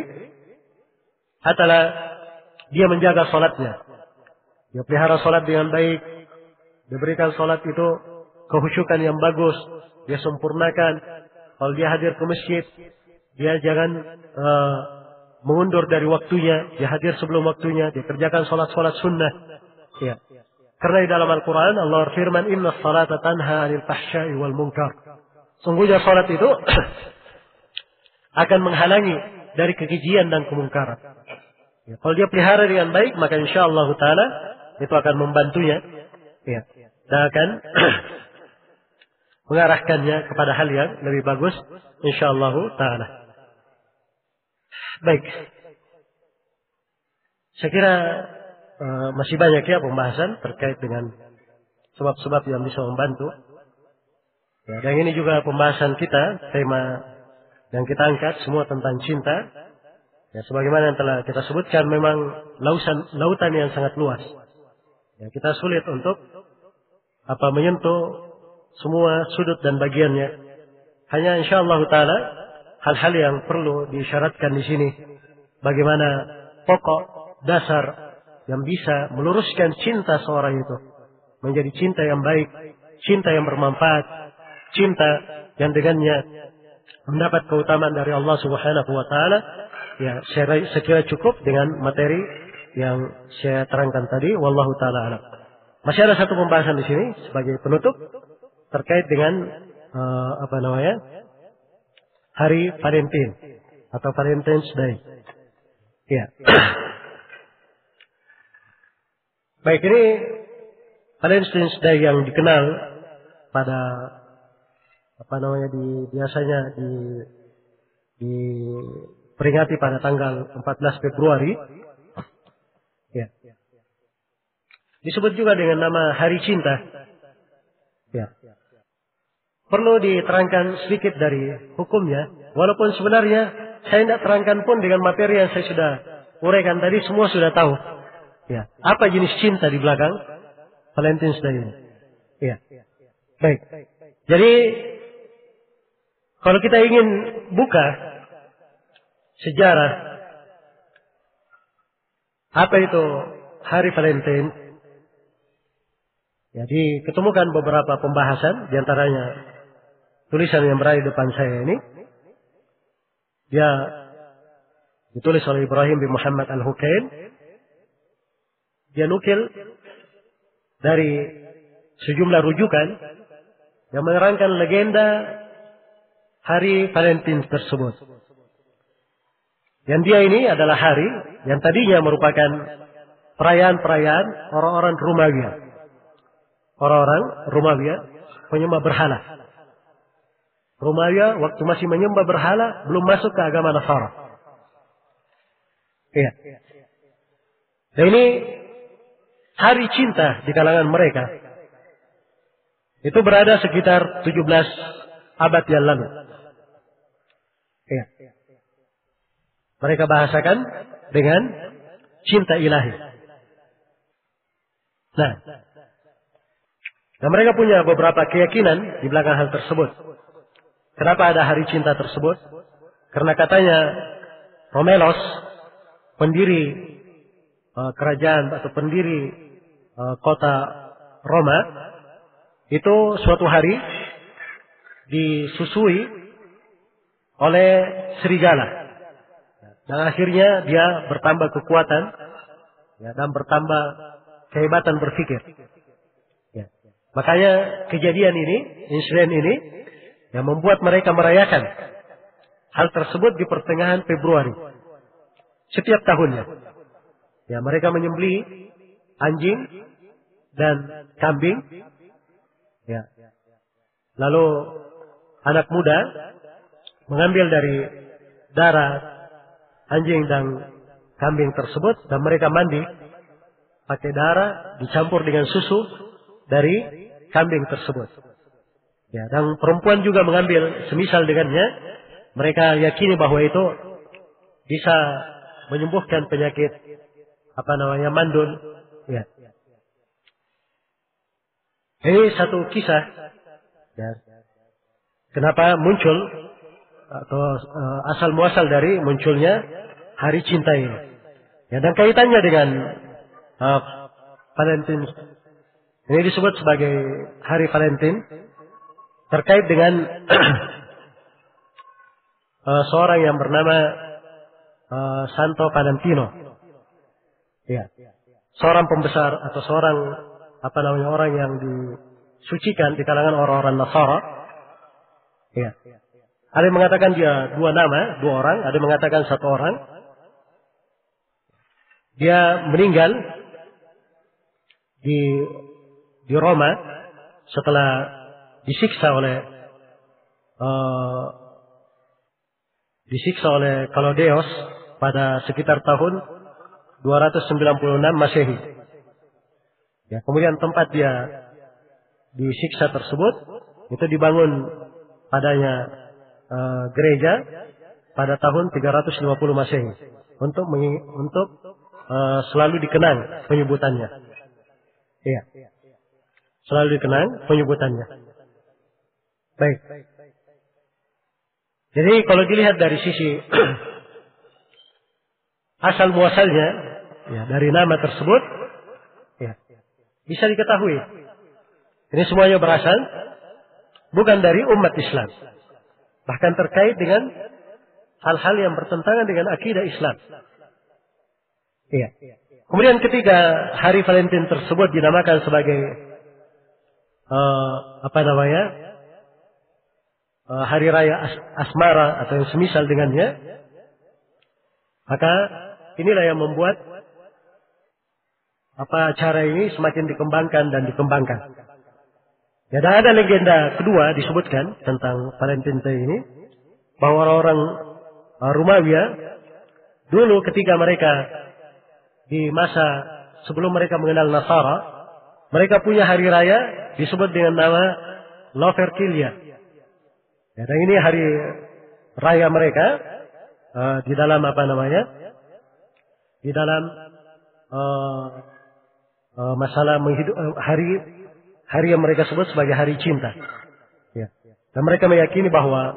adalah dia menjaga sholatnya. Dia pelihara sholat dengan baik, diberikan sholat itu kehusyukan yang bagus, dia sempurnakan. Kalau dia hadir ke masjid, dia jangan uh, mengundur dari waktunya, dia hadir sebelum waktunya, dia kerjakan sholat-sholat sunnah. Ya. Karena di dalam Al-Quran Allah firman, Inna salata tanha anil fahsyai wal munkar. Sungguhnya sholat itu akan menghalangi dari kekejian dan kemungkaran. Ya, kalau dia pelihara dengan baik, maka insyaallah taala itu akan membantunya. Ya, dan akan mengarahkannya kepada hal yang lebih bagus insyaallah taala. Baik. Saya kira uh, masih banyak ya pembahasan terkait dengan sebab-sebab yang bisa membantu. Ya, dan ini juga pembahasan kita, tema yang kita angkat semua tentang cinta. Ya, sebagaimana yang telah kita sebutkan, memang lautan, lautan yang sangat luas. Ya, kita sulit untuk apa menyentuh semua sudut dan bagiannya. Hanya insyaallah taala hal-hal yang perlu disyaratkan di sini. Bagaimana pokok dasar yang bisa meluruskan cinta seorang itu menjadi cinta yang baik, cinta yang bermanfaat, cinta yang dengannya mendapat keutamaan dari Allah Subhanahu wa taala. Ya, saya kira cukup dengan materi yang saya terangkan tadi. Wallahu taala alam. Masih ada satu pembahasan di sini sebagai penutup terkait dengan uh, apa namanya? Hari Valentine atau Valentine's Day. Ya. Baik, ini Valentine's Day yang dikenal pada apa namanya di biasanya di diperingati pada tanggal empat belas Februari. Ya. Disebut juga dengan nama Hari Cinta. Ya. Perlu diterangkan sedikit dari hukumnya, walaupun sebenarnya saya tidak terangkan pun dengan materi yang saya sudah uraikan tadi, semua sudah tahu. Ya, apa jenis cinta di belakang Valentine's Day ini? Ya, baik. Jadi kalau kita ingin buka sejarah apa itu Hari Valentine, ya diketemukan beberapa pembahasan, diantaranya tulisan yang berada di depan saya ini. Dia ditulis oleh Ibrahim bin Muhammad Al-Hukain. Dia nukil dari sejumlah rujukan yang menerangkan legenda Hari Valentine tersebut. Dan dia ini adalah hari yang tadinya merupakan perayaan-perayaan orang-orang Romawi. Orang-orang Romawi penyembah berhala. Romawi waktu masih menyembah berhala belum masuk ke agama Nasara. Iya. Dan ini hari cinta di kalangan mereka. Itu berada sekitar tujuh belas abad yang lalu. Iya. Mereka bahasakan dengan cinta ilahi. Nah, dan mereka punya beberapa keyakinan di belakang hal tersebut. Kenapa ada hari cinta tersebut? Karena katanya Romelos, pendiri uh, kerajaan atau pendiri uh, kota Roma, itu suatu hari disusui oleh serigala. Dan akhirnya dia bertambah kekuatan ya, dan bertambah kehebatan berpikir. Ya. Makanya kejadian ini, insiden ini, yang membuat mereka merayakan hal tersebut di pertengahan Februari setiap tahunnya. Ya, mereka menyembelih anjing dan kambing. Ya. Lalu anak muda mengambil dari darah anjing dan kambing tersebut dan mereka mandi pakai darah dicampur dengan susu dari kambing tersebut. Ya, dan perempuan juga mengambil semisal dengannya. Mereka yakini bahwa itu bisa menyembuhkan penyakit apa namanya mandul. Ya. Ini satu kisah. Ya. Kenapa muncul atau uh, asal muasal dari munculnya Hari Cinta ini. Ya, dan kaitannya dengan uh, Valentine. Ini disebut sebagai Hari Valentine. Terkait dengan uh, seorang yang bernama uh, Santo Valentino, ya, seorang pembesar atau seorang apa namanya orang yang disucikan di kalangan orang-orang Nasara, Ya. Ada yang mengatakan dia dua nama, dua orang. Ada yang mengatakan satu orang. Dia meninggal di di Roma setelah disiksa oleh uh, disiksa oleh Claudius pada sekitar tahun dua ratus sembilan puluh enam Masehi. Ya, kemudian tempat dia disiksa tersebut itu dibangun padanya uh, gereja pada tahun tiga ratus lima puluh Masehi untuk untuk uh, selalu dikenang penyebutannya. Iya. Selalu dikenang penyebutannya. Baik. Jadi kalau dilihat dari sisi asal muasalnya, ya, dari nama tersebut, ya, bisa diketahui. Ini semuanya berasal bukan dari umat Islam. Bahkan terkait dengan hal-hal yang bertentangan dengan akidah Islam. Iya. Kemudian ketika hari Valentine tersebut dinamakan sebagai uh, apa namanya uh, hari raya as asmara atau yang semisal dengannya, maka inilah yang membuat apa acara ini semakin dikembangkan dan dikembangkan. Ya, dan ada legenda kedua disebutkan tentang Valentine Day ini, bahwa orang-orang uh, Romawi dulu ketika mereka di masa sebelum mereka mengenal Nasara, mereka punya hari raya disebut dengan nama Lupercalia. Ya, dan ini hari raya mereka uh, di dalam apa namanya? Di dalam uh, uh, masalah menghidup, uh, hari hari yang mereka sebut sebagai hari cinta. Ya. Dan mereka meyakini bahwa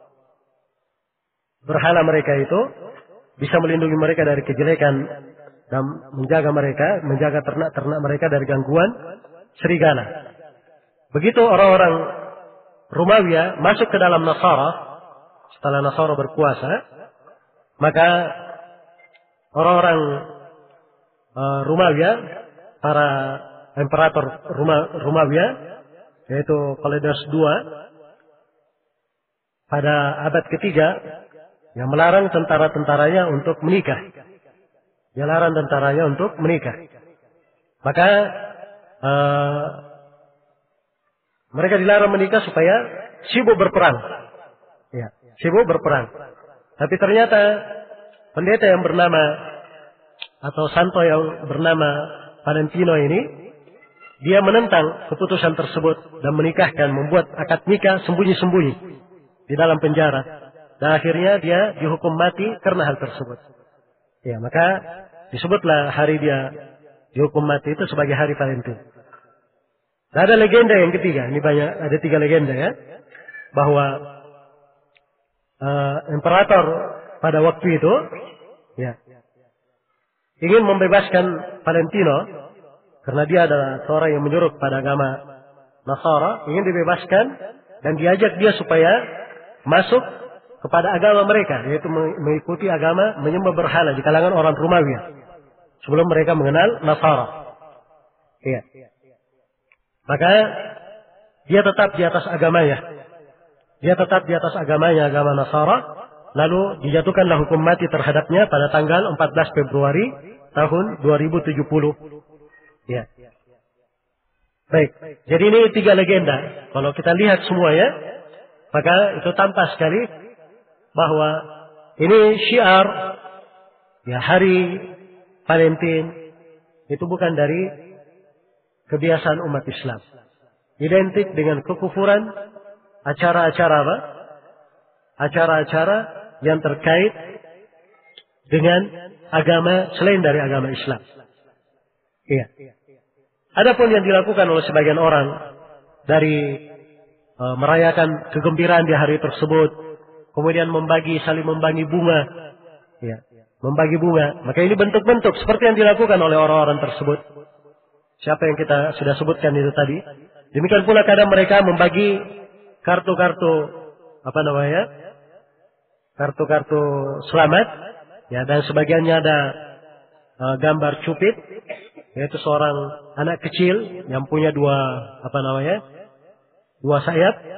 berhala mereka itu bisa melindungi mereka dari kejelekan dan menjaga mereka, menjaga ternak-ternak mereka dari gangguan serigala. Begitu orang-orang Romawi masuk ke dalam Nasara, setelah Nasara berkuasa, maka orang-orang uh, Romawi, para imperator Roma, Romawi, yaitu Claudius kedua, pada abad ketiga, yang melarang tentara-tentaranya untuk menikah. Dia larang tentaranya untuk menikah. Maka uh, mereka dilarang menikah supaya sibuk berperang. Ya, sibuk berperang. Tapi ternyata pendeta yang bernama atau santo yang bernama Valentino ini, dia menentang keputusan tersebut dan menikahkan, membuat akad nikah sembunyi-sembunyi di dalam penjara. Dan akhirnya dia dihukum mati karena hal tersebut. Ya, maka disebutlah hari dia dihukum mati itu sebagai hari Valentine. Nah, ada legenda yang ketiga. Ini banyak, ada tiga legenda ya, bahwa uh, imperator pada waktu itu, ya, ingin membebaskan Valentino karena dia adalah seorang yang menyuruh pada agama Nasara, ingin dibebaskan dan diajak dia supaya masuk kepada agama mereka, yaitu mengikuti agama menyembah berhala di kalangan orang Romawi sebelum mereka mengenal Nasara. Iya. Maka dia tetap di atas agamanya. Dia tetap di atas agamanya, agama Nasara. Lalu dijatuhkanlah hukum mati terhadapnya pada tanggal empat belas Februari tahun dua ribu tujuh puluh. Ya. Baik. Jadi ini tiga legenda. Kalau kita lihat semuanya, maka itu tampak sekali bahwa ini syiar, ya, hari Valentine itu bukan dari kebiasaan umat Islam. Identik dengan kekufuran, acara-acara apa? Acara-acara yang terkait dengan agama selain dari agama Islam. Iya. Adapun yang dilakukan oleh sebagian orang dari uh, merayakan kegembiraan di hari tersebut, kemudian membagi, saling membagi bunga, ya, membagi bunga. Maka ini bentuk-bentuk seperti yang dilakukan oleh orang-orang tersebut. Siapa yang kita sudah sebutkan itu tadi. Demikian pula kadang mereka membagi kartu-kartu, apa namanya, kartu-kartu selamat, ya, dan sebagiannya ada uh, gambar cupid, yaitu seorang anak kecil yang punya dua, apa namanya, dua sayap.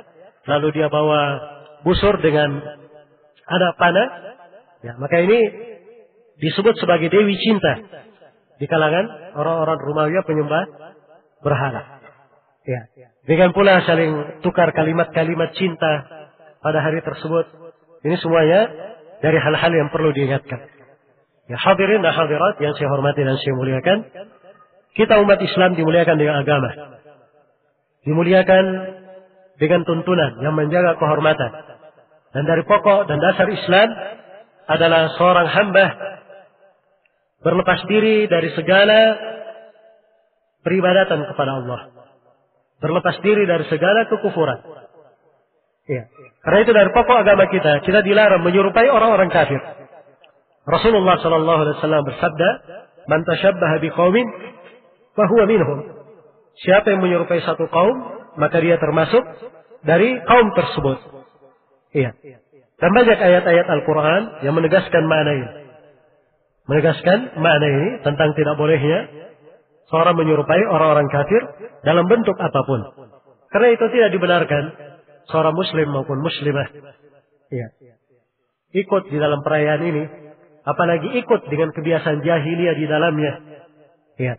lalu dia bawa busur dengan anak panah, ya, maka ini disebut sebagai Dewi Cinta di kalangan orang-orang Romawi penyembah berhala. Ya. Dengan pula saling tukar kalimat-kalimat cinta pada hari tersebut. Ini semuanya dari hal-hal yang perlu diingatkan. Ya, hadirin dan hadirat yang saya hormati dan saya muliakan, kita umat Islam dimuliakan dengan agama, dimuliakan dengan tuntunan yang menjaga kehormatan. Dan dari pokok dan dasar Islam adalah seorang hamba berlepas diri dari segala peribadatan kepada Allah, berlepas diri dari segala kekufuran. Ya. Karena itu dari pokok agama kita, kita dilarang menyerupai orang-orang kafir. Rasulullah Sallallahu Alaihi Wasallam bersabda, "Man tashabbaha biqaumin, fahuwa minhum." Siapa yang menyerupai satu kaum, maka dia termasuk dari kaum tersebut. Iya. Dan banyak ayat-ayat Al-Quran yang menegaskan makna ini, menegaskan makna ini tentang tidak bolehnya seorang menyerupai orang-orang kafir dalam bentuk apapun. Karena itu tidak dibenarkan seorang muslim maupun muslimah, iya, ikut di dalam perayaan ini, apalagi ikut dengan kebiasaan jahiliyah di dalamnya. Iya.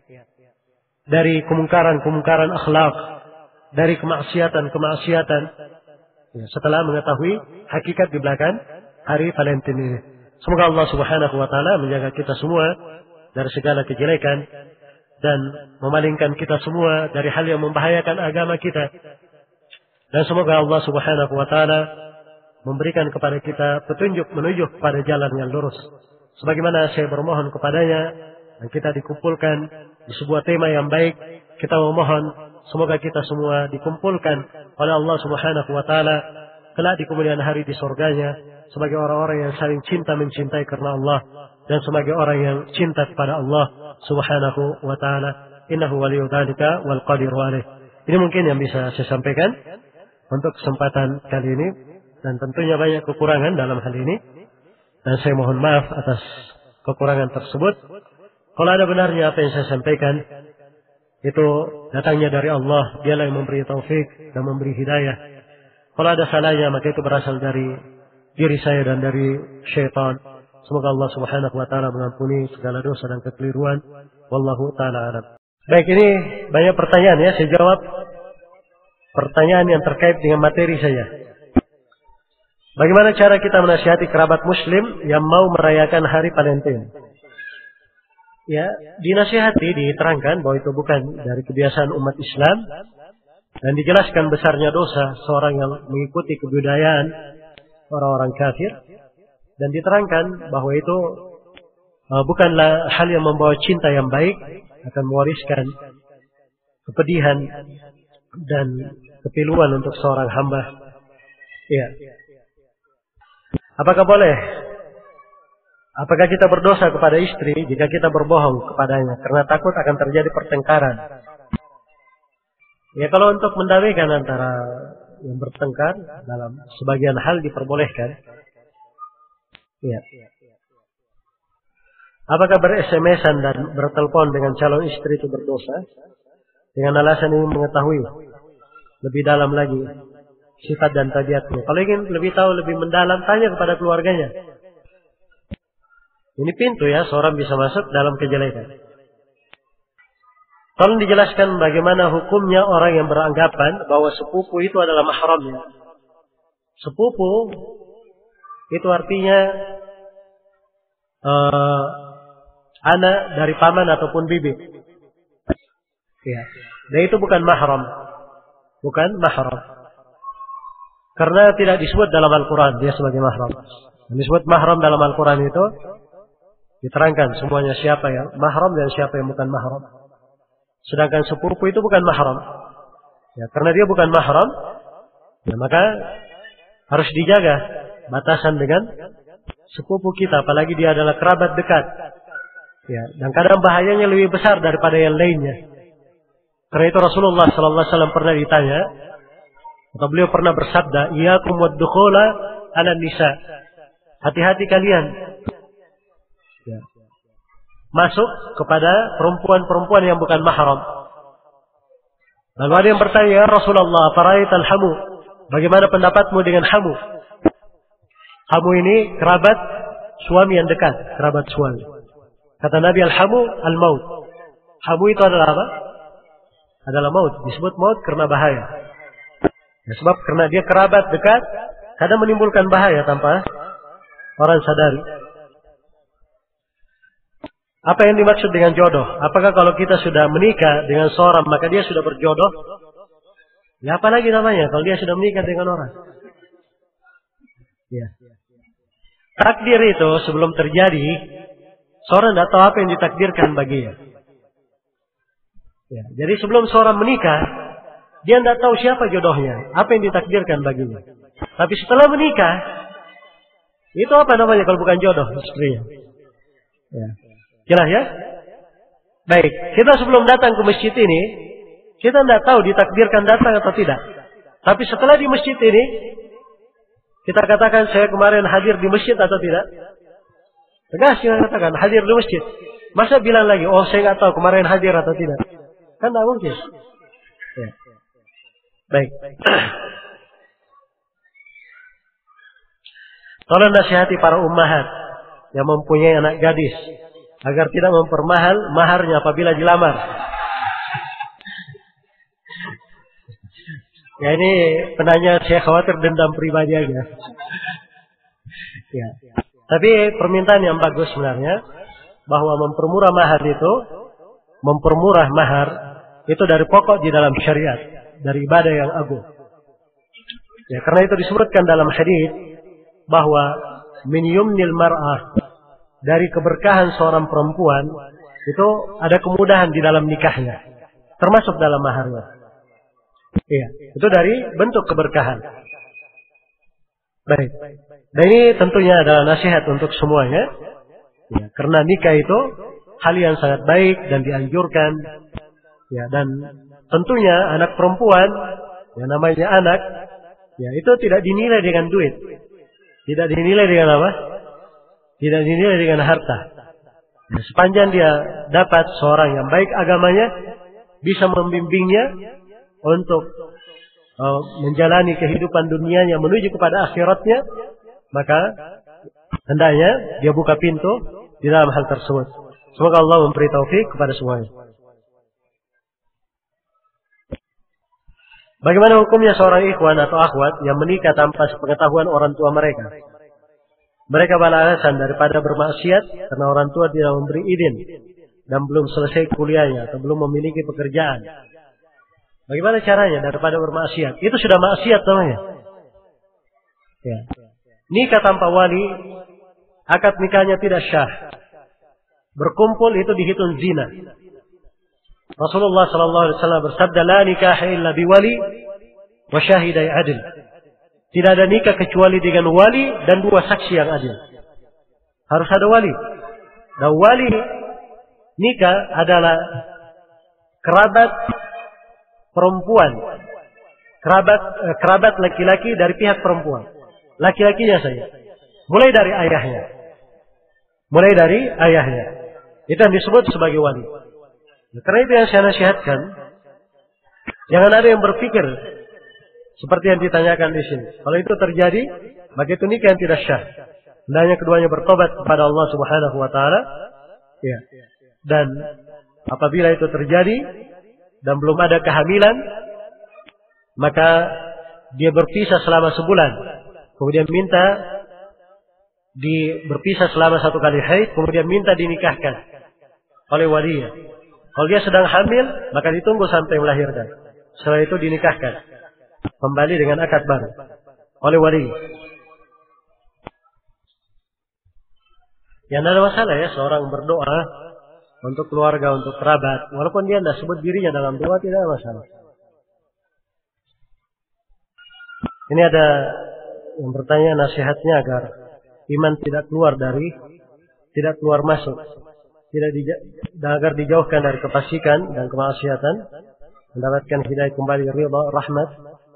Dari kemungkaran-kemungkaran akhlak, dari kemaksiatan-kemaksiatan. Ya, setelah mengetahui hakikat di belakang hari Valentine ini. Semoga Allah Subhanahu wa taala menjaga kita semua dari segala kejelekan dan memalingkan kita semua dari hal yang membahayakan agama kita. Dan semoga Allah Subhanahu wa taala memberikan kepada kita petunjuk menuju kepada jalan yang lurus. Sebagaimana saya bermohon kepadanya dan kita dikumpulkan di sebuah tema yang baik, kita memohon semoga kita semua dikumpulkan oleh Allah Subhanahu wa taala kelak di kemudian hari di surganya sebagai orang-orang yang saling cinta mencintai karena Allah dan sebagai orang yang cinta kepada Allah Subhanahu wa taala. Innahu waliyyu dzalika wal qadiru alaih. Ini mungkin yang bisa saya sampaikan untuk kesempatan kali ini, dan tentunya banyak kekurangan dalam hal ini, dan saya mohon maaf atas kekurangan tersebut. Kalau ada benarnya apa yang saya sampaikan, itu datangnya dari Allah, dialah yang memberi taufik dan memberi hidayah. Kalau ada salahnya, maka itu berasal dari diri saya dan dari syaitan. Semoga Allah Subhanahu wa taala mengampuni segala dosa dan kekeliruan. Wallahu taala alam. Baik, ini banyak pertanyaan ya, saya jawab pertanyaan yang terkait dengan materi saya. Bagaimana cara kita menasihati kerabat muslim yang mau merayakan hari Valentine? Ya, dinasihati, diterangkan bahwa itu bukan dari kebiasaan umat Islam, dan dijelaskan besarnya dosa seorang yang mengikuti kebudayaan orang-orang kafir, dan diterangkan bahwa itu uh, bukanlah hal yang membawa cinta yang baik, akan mewariskan kepedihan dan kepiluan untuk seorang hamba. Ya. Apakah boleh? Apakah kita berdosa kepada istri jika kita berbohong kepadanya karena takut akan terjadi pertengkaran? Ya, kalau untuk mendamaikan antara yang bertengkar dalam sebagian hal diperbolehkan. Ya. Apakah ber-S M S-an dan bertelepon dengan calon istri itu berdosa? Dengan alasan ini mengetahui lebih dalam lagi sifat dan tabiatnya. Kalau ingin lebih tahu lebih mendalam, tanya kepada keluarganya. Ini pintu ya, seorang bisa masuk dalam kejelekan. Tolong dijelaskan bagaimana hukumnya orang yang beranggapan bahwa sepupu itu adalah mahramnya. Sepupu itu artinya uh, anak dari paman ataupun bibi. Ya. Dan itu bukan mahram. Bukan mahram. Karena tidak disebut dalam Al-Quran dia sebagai mahram. Yang disebut mahram dalam Al-Quran itu diterangkan semuanya siapa yang mahram dan siapa yang bukan mahram. Sedangkan sepupu itu bukan mahram. Ya, karena dia bukan mahram, ya, maka harus dijaga batasan dengan sepupu kita, apalagi dia adalah kerabat dekat. Ya, dan kadang bahayanya lebih besar daripada yang lainnya. Karena itu Rasulullah sallallahu alaihi wasallam pernah ditanya, atau beliau pernah bersabda, "Iyyakum wad-dukhula 'ala nisa." Hati-hati kalian, ya, masuk kepada perempuan-perempuan yang bukan mahram. Lalu ada yang bertanya, "Ya Rasulullah, faraital hamu?" Bagaimana pendapatmu dengan hamu? Hamu ini kerabat suami yang dekat, kerabat suami. Kata Nabi, al-hamu al-maut. Hamu itu adalah apa? Adalah maut. Disebut maut karena bahaya. Ya, sebab karena dia kerabat dekat, kadang menimbulkan bahaya tanpa orang sadari. Apa yang dimaksud dengan jodoh? Apakah kalau kita sudah menikah dengan seorang, maka dia sudah berjodoh? Ya apalagi namanya kalau dia sudah menikah dengan orang. Ya. Takdir itu sebelum terjadi, seorang tidak tahu apa yang ditakdirkan baginya. Ya. Jadi sebelum seorang menikah, dia tidak tahu siapa jodohnya, apa yang ditakdirkan baginya. Tapi setelah menikah, itu apa namanya kalau bukan jodoh istrinya? Ya. Jelas ya? Baik, kita sebelum datang ke masjid ini, kita tidak tahu ditakdirkan datang atau tidak. Tapi setelah di masjid ini, kita katakan saya kemarin hadir di masjid atau tidak? Tegas kita katakan hadir di masjid. Masa bilang lagi, oh saya nggak tahu kemarin hadir atau tidak? Kan tidak mungkin. Ya. Baik. Tolong nasihati para ummahat yang mempunyai anak gadis agar tidak mempermahal maharnya apabila dilamar. Ya ini penanya saya khawatir dendam pribadi aja. Ya. Tapi permintaan yang bagus sebenarnya bahwa mempermurah mahar itu, mempermurah mahar itu dari pokok di dalam syariat, dari ibadah yang agung. Ya, karena itu disebutkan dalam hadis bahwa min yumnil mar'ah, dari keberkahan seorang perempuan itu ada kemudahan di dalam nikahnya, termasuk dalam maharnya. Iya, itu dari bentuk keberkahan. Baik. Dan ini tentunya adalah nasihat untuk semuanya. Ya, karena nikah itu hal yang sangat baik dan dianjurkan. Ya, dan tentunya anak perempuan, yang namanya anak, ya itu tidak dinilai dengan duit. Tidak dinilai dengan apa? Tidak dinilai dengan harta. Ya, sepanjang dia dapat seorang yang baik agamanya, bisa membimbingnya untuk uh, menjalani kehidupan dunianya menuju kepada akhiratnya, maka hendaknya dia buka pintu di dalam hal tersebut. Semoga Allah memberi taufik kepada semuanya. Bagaimana hukumnya seorang ikhwan atau akhwat yang menikah tanpa sepengetahuan orang tua mereka? Mereka beralasan daripada bermaksiat karena orang tua tidak memberi izin dan belum selesai kuliahnya atau belum memiliki pekerjaan. Bagaimana caranya daripada bermaksiat? Itu sudah maksiat namanya. Ya. Nikah tanpa wali, akad nikahnya tidak syah. Berkumpul itu dihitung zina. Rasulullah sallallahu alaihi wasallam bersabda, "La nikaha illa biwali wa syahidai adil." Tidak ada nikah kecuali dengan wali dan dua saksi yang adil. Harus ada wali. Dan wali nikah adalah kerabat perempuan, kerabat eh, kerabat laki-laki dari pihak perempuan, laki-lakinya saja, mulai dari ayahnya, mulai dari ayahnya, itu yang disebut sebagai wali. Nah, karena itu yang saya nasihatkan, jangan ada yang berpikir seperti yang ditanyakan di sini. Kalau itu terjadi, maka itu nikah yang tidak syah. Hendaknya keduanya bertobat kepada Allah Subhanahu Wa Taala. Ya. Dan apabila itu terjadi dan belum ada kehamilan, maka dia berpisah selama sebulan. Kemudian minta di berpisah selama satu kali haid, kemudian minta dinikahkan oleh walinya. Kalau dia sedang hamil, maka ditunggu sampai melahirkan. Setelah itu dinikahkan kembali dengan akad baru oleh wali. Ya, tidak ada masalah ya seorang berdoa untuk keluarga, untuk kerabat, walaupun dia tidak sebut dirinya dalam doa, tidak ada masalah. Ini ada yang bertanya nasihatnya agar iman tidak keluar dari, tidak keluar masuk, tidak dija, agar dijauhkan dari kefasikan dan kemaksiatan, mendapatkan hidayah kembali, ridha, rahmat,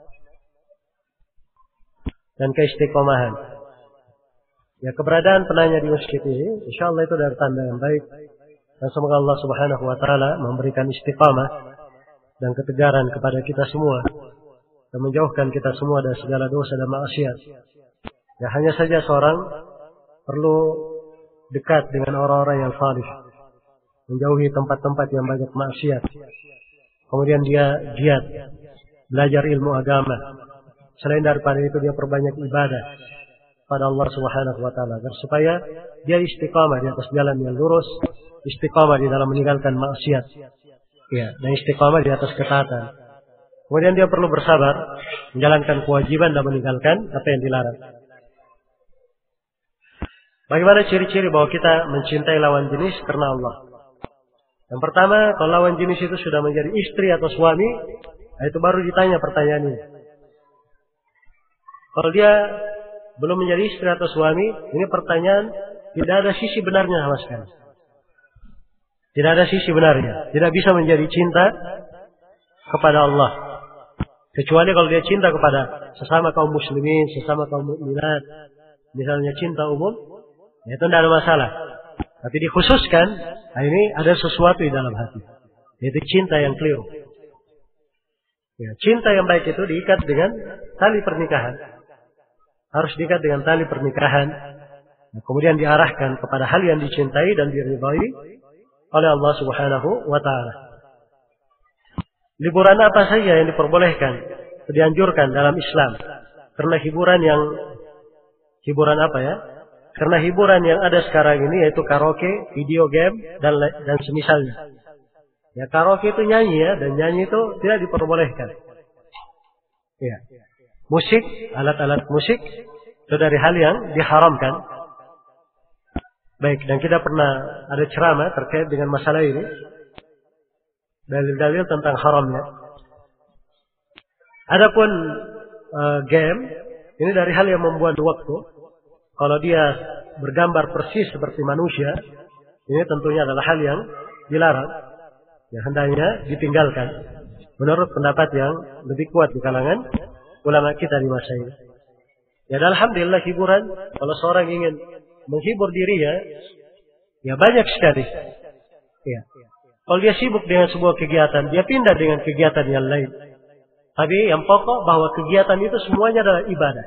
dan keistiqomahan. Ya, keberadaan penanya di masjid ini, insya Allah itu dari tanda yang baik. Dan semoga Allah Subhanahu Wa Taala memberikan istiqamah dan ketegaran kepada kita semua dan menjauhkan kita semua dari segala dosa dan maksiat. Ya, hanya saja seorang perlu dekat dengan orang-orang yang salih, menjauhi tempat-tempat yang banyak maksiat. Kemudian dia giat belajar ilmu agama. Selain daripada itu dia perbanyak ibadah pada Allah Subhanahu wa taala, agar supaya dia istiqamah di atas jalan yang lurus, istiqamah di dalam meninggalkan maksiat. Ya, dan istiqamah di atas ketaatan. Kemudian dia perlu bersabar menjalankan kewajiban dan meninggalkan apa yang dilarang. Bagaimana ciri-ciri bahwa kita mencintai lawan jenis karena Allah? Yang pertama, kalau lawan jenis itu sudah menjadi istri atau suami, itu baru ditanya pertanyaan ini. Kalau dia belum menjadi istri atau suami, ini pertanyaan tidak ada sisi benarnya sama sekali. Tidak ada sisi benarnya. Tidak bisa menjadi cinta kepada Allah. Kecuali kalau dia cinta kepada sesama kaum muslimin, sesama kaum mukminat, misalnya cinta umum, ya itu tidak ada masalah. Tapi dikhususkan, nah ini ada sesuatu di dalam hati. Yaitu cinta yang keliru. Ya, cinta yang baik itu diikat dengan tali pernikahan. Harus diikat dengan tali pernikahan. Nah, kemudian diarahkan kepada hal yang dicintai dan diridhai oleh Allah Subhanahu wa taala. Liburan apa saja yang diperbolehkan, dianjurkan dalam Islam? Karena hiburan yang hiburan apa ya? Karena hiburan yang ada sekarang ini yaitu karaoke, video game dan dan semisalnya. Ya, karaoke itu nyanyi ya, dan nyanyi itu tidak diperbolehkan. Ya. Musik, alat-alat musik itu dari hal yang diharamkan. Baik, dan kita pernah ada ceramah terkait dengan masalah ini. Dalil-dalil tentang haramnya. Adapun uh, game, ini dari hal yang membuat waktu. Kalau dia bergambar persis seperti manusia, ini tentunya adalah hal yang dilarang. Yang hendaknya ditinggalkan. Menurut pendapat yang lebih kuat di kalangan ulama kita di masa ini. Ya, alhamdulillah hiburan, kalau seorang ingin menghibur dirinya, ya banyak sekali. Ya. Kalau dia sibuk dengan sebuah kegiatan, dia pindah dengan kegiatan yang lain. Tapi yang pokok bahwa kegiatan itu semuanya adalah ibadah.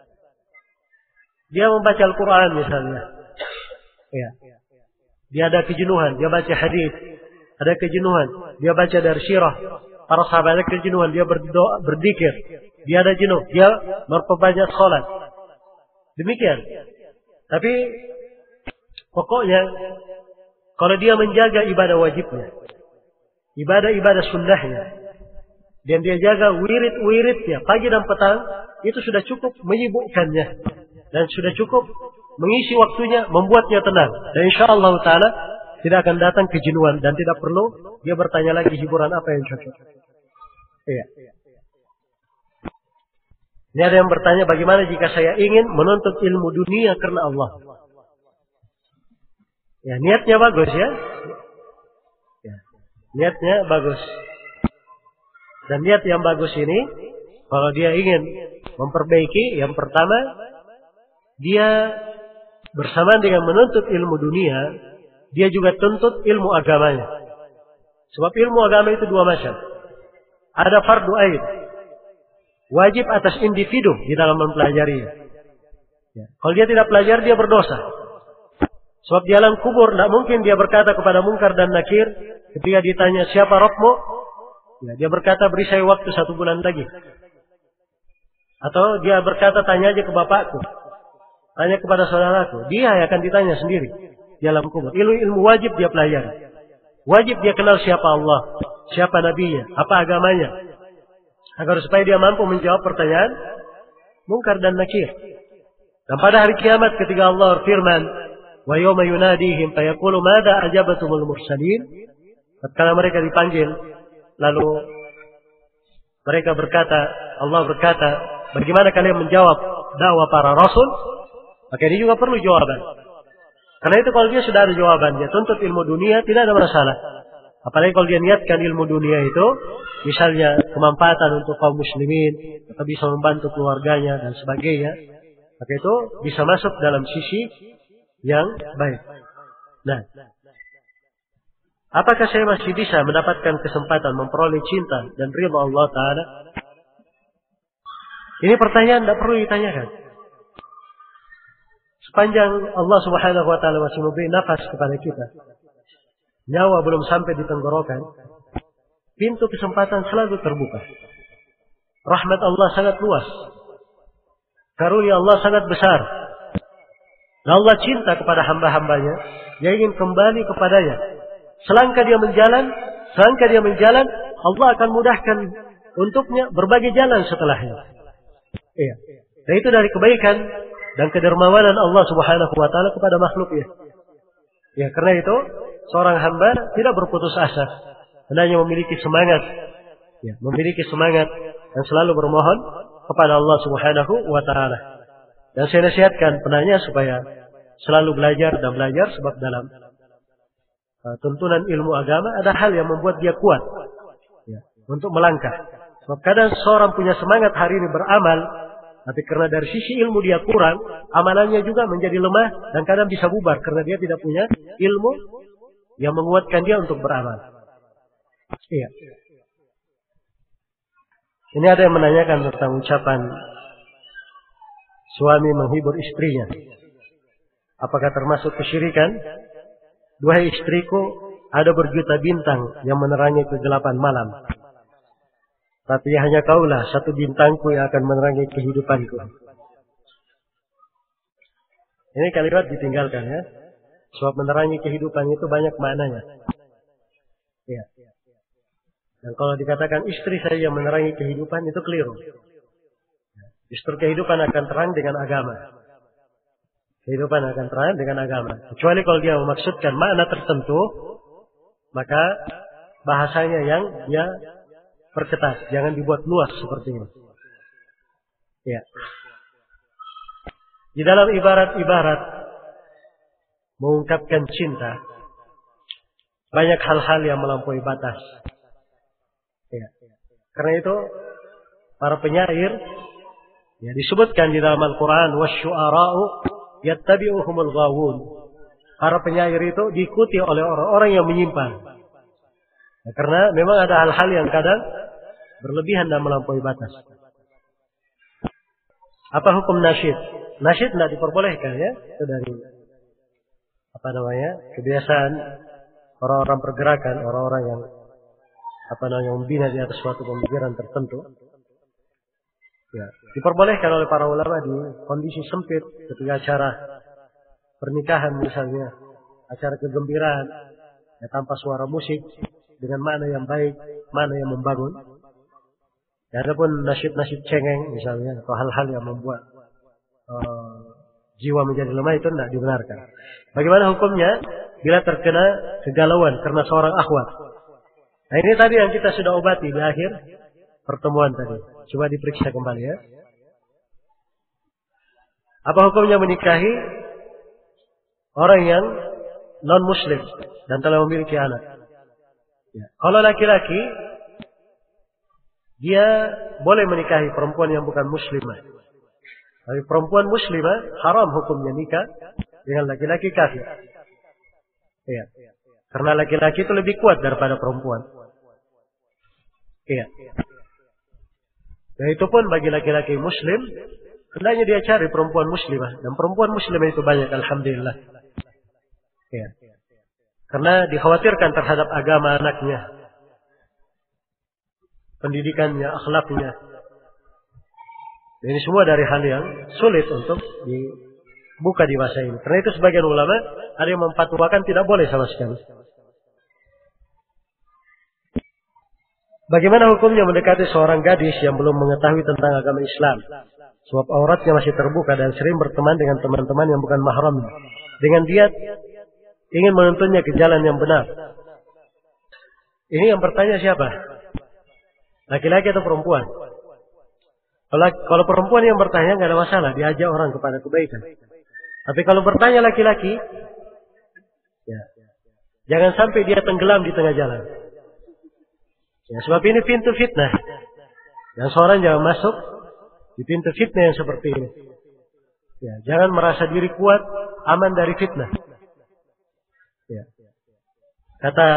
Dia membaca Al-Quran misalnya. Ya. Dia ada kejenuhan, dia baca hadis. Ada kejenuhan, dia baca dari sirah. Para sahabat ada kejenuhan, dia berdoa, berzikir. Dia ada jenuh, dia memperbanyak salat. Demikian. Tapi pokoknya kalau dia menjaga ibadah wajibnya, ibadah-ibadah sunnahnya, dan dia jaga wirid-wiridnya pagi dan petang, itu sudah cukup menyibukkannya dan sudah cukup mengisi waktunya, membuatnya tenang. Dan insyaallah taala tidak akan datang kejenuhan dan tidak perlu dia bertanya lagi hiburan apa yang cocok. Iya. Ini ada yang bertanya, bagaimana jika saya ingin menuntut ilmu dunia karena Allah? Ya, niatnya bagus ya. Ya, niatnya bagus. Dan niat yang bagus ini, kalau dia ingin memperbaiki, yang pertama, dia bersamaan dengan menuntut ilmu dunia, dia juga tuntut ilmu agamanya. Sebab ilmu agama itu dua macam. Ada fardu ain, wajib atas individu di dalam mempelajarinya. Ya. Kalau dia tidak pelajari, dia berdosa. Sebab di alam kubur tidak mungkin dia berkata kepada Munkar dan Nakir ketika ditanya siapa Rabbmu, ya, dia berkata beri saya waktu satu bulan lagi. Atau dia berkata tanya aja ke bapakku, tanya kepada saudaraku. Dia yang akan ditanya sendiri di alam kubur. Ilmu ilmu wajib dia pelajari. Wajib dia kenal siapa Allah, siapa nabinya, apa agamanya, agar supaya dia mampu menjawab pertanyaan Munkar dan Nakir. Dan pada hari kiamat ketika Allah berfirman, wa yawma yunadihim fayaqulu madza ajabatumul mursalin, tatkala mereka dipanggil lalu mereka berkata, Allah berkata, bagaimana kalian menjawab dakwah para rasul? Maka ini juga perlu jawaban. Karena itu kalau dia sudah ada jawabannya, tuntut ilmu dunia tidak ada masalah. Apalagi kalau dia niatkan ilmu dunia itu, misalnya kemanfaatan untuk kaum muslimin, atau bisa membantu keluarganya dan sebagainya, maka itu bisa masuk dalam sisi yang baik. Nah, apakah saya masih bisa mendapatkan kesempatan memperoleh cinta dan ridha Allah Ta'ala? Ini pertanyaan tidak perlu ditanyakan. Sepanjang Allah Subhanahu wa taala masih memberi nafas kepada kita, nyawa belum sampai di tenggorokan, pintu kesempatan selalu terbuka. Rahmat Allah sangat luas. Karunia Allah sangat besar. Dan Allah cinta kepada hamba-hambanya. Dia ingin kembali kepadanya. Selangkah dia menjalan, selangkah dia menjalan, Allah akan mudahkan untuknya berbagai jalan setelahnya. Iya. Dan itu dari kebaikan dan kedermawanan Allah Subhanahu wa taala kepada makhluknya. Ya, karena itu seorang hamba tidak berputus asa, hendaknya memiliki semangat, ya, memiliki semangat dan selalu bermohon kepada Allah Subhanahu wa taala. Dan saya nasihatkan penanya supaya selalu belajar dan belajar, sebab dalam uh, tuntunan ilmu agama ada hal yang membuat dia kuat, ya, untuk melangkah. Sebab kadang seorang punya semangat hari ini beramal, tapi karena dari sisi ilmu dia kurang, amalannya juga menjadi lemah dan kadang bisa bubar karena dia tidak punya ilmu yang menguatkan dia untuk beramal. Iya. Ini ada yang menanyakan tentang ucapan suami menghibur istrinya. Apakah termasuk kesyirikan? Duhai istriku, ada berjuta bintang yang menerangi kegelapan malam. Tapi hanya kaulah satu bintangku yang akan menerangi kehidupanku. Ini kalimat ditinggalkan, ya. Sebab menerangi kehidupan itu banyak maknanya. Ya. Dan kalau dikatakan istri saya yang menerangi kehidupan, itu keliru. Justru kehidupan akan terang dengan agama. Kehidupan akan terang dengan agama. Kecuali kalau dia memaksudkan makna tertentu, maka bahasanya yang dia perketat, jangan dibuat luas seperti ini. Ya. Di dalam ibarat-ibarat mengungkapkan cinta, banyak hal-hal yang melampaui batas. Ya. Karena itu para penyair, ya, disebutkan di dalam Al-Quran, wasyu'ara'u yattabi'uhumul ghawun. Para penyair itu diikuti oleh orang-orang yang menyimpang. Ya, karena memang ada hal-hal yang kadang berlebihan dan melampaui batas. Apa hukum nasyid? Nasyid tidak diperbolehkan, ya. Itu dari apa namanya, kebiasaan orang-orang pergerakan, orang-orang yang apa namanya membina di atas suatu pemikiran tertentu. Ya, diperbolehkan oleh para ulama di kondisi sempit, ketika acara pernikahan misalnya, acara kegembiraan, ya, tanpa suara musik, dengan makna yang baik, makna yang membangun. Ya, adapun nasyid-nasyid cengeng misalnya, atau hal-hal yang membuat uh, jiwa menjadi lemah, itu tidak dibenarkan. Bagaimana hukumnya bila terkena kegalauan karena seorang akhwat? Nah, ini tadi yang kita sudah obati di akhir pertemuan tadi. Coba diperiksa kembali, ya. Apa hukumnya menikahi orang yang non-muslim dan telah memiliki anak? Ya. Kalau laki-laki, dia boleh menikahi perempuan yang bukan muslimah. Tapi perempuan muslimah haram hukumnya nikah dengan laki-laki kafir. Ya. Karena laki-laki itu lebih kuat daripada perempuan. Iya. Dan itu pun bagi laki-laki muslim, hendaknya dia cari perempuan muslimah. Dan perempuan muslimah itu banyak, alhamdulillah. Iya. Karena dikhawatirkan terhadap agama anaknya, pendidikannya, akhlaknya. Dan ini semua dari hal yang sulit untuk dibuka di masa ini. Karena itu sebagian ulama ada yang memfatwakan tidak boleh sama sekali. Bagaimana hukumnya mendekati seorang gadis yang belum mengetahui tentang agama Islam, sebab auratnya masih terbuka dan sering berteman dengan teman-teman yang bukan mahramnya, dengan dia ingin menuntunnya ke jalan yang benar? Ini yang bertanya siapa? Laki-laki atau perempuan? Kalau, kalau perempuan yang bertanya nggak ada masalah, diajak orang kepada kebaikan. Tapi kalau bertanya laki-laki, ya, jangan sampai dia tenggelam di tengah jalan. Ya, sebab ini pintu fitnah. Yang seorang jangan masuk di pintu fitnah yang seperti ini. Ya, jangan merasa diri kuat, aman dari fitnah. Ya. Kata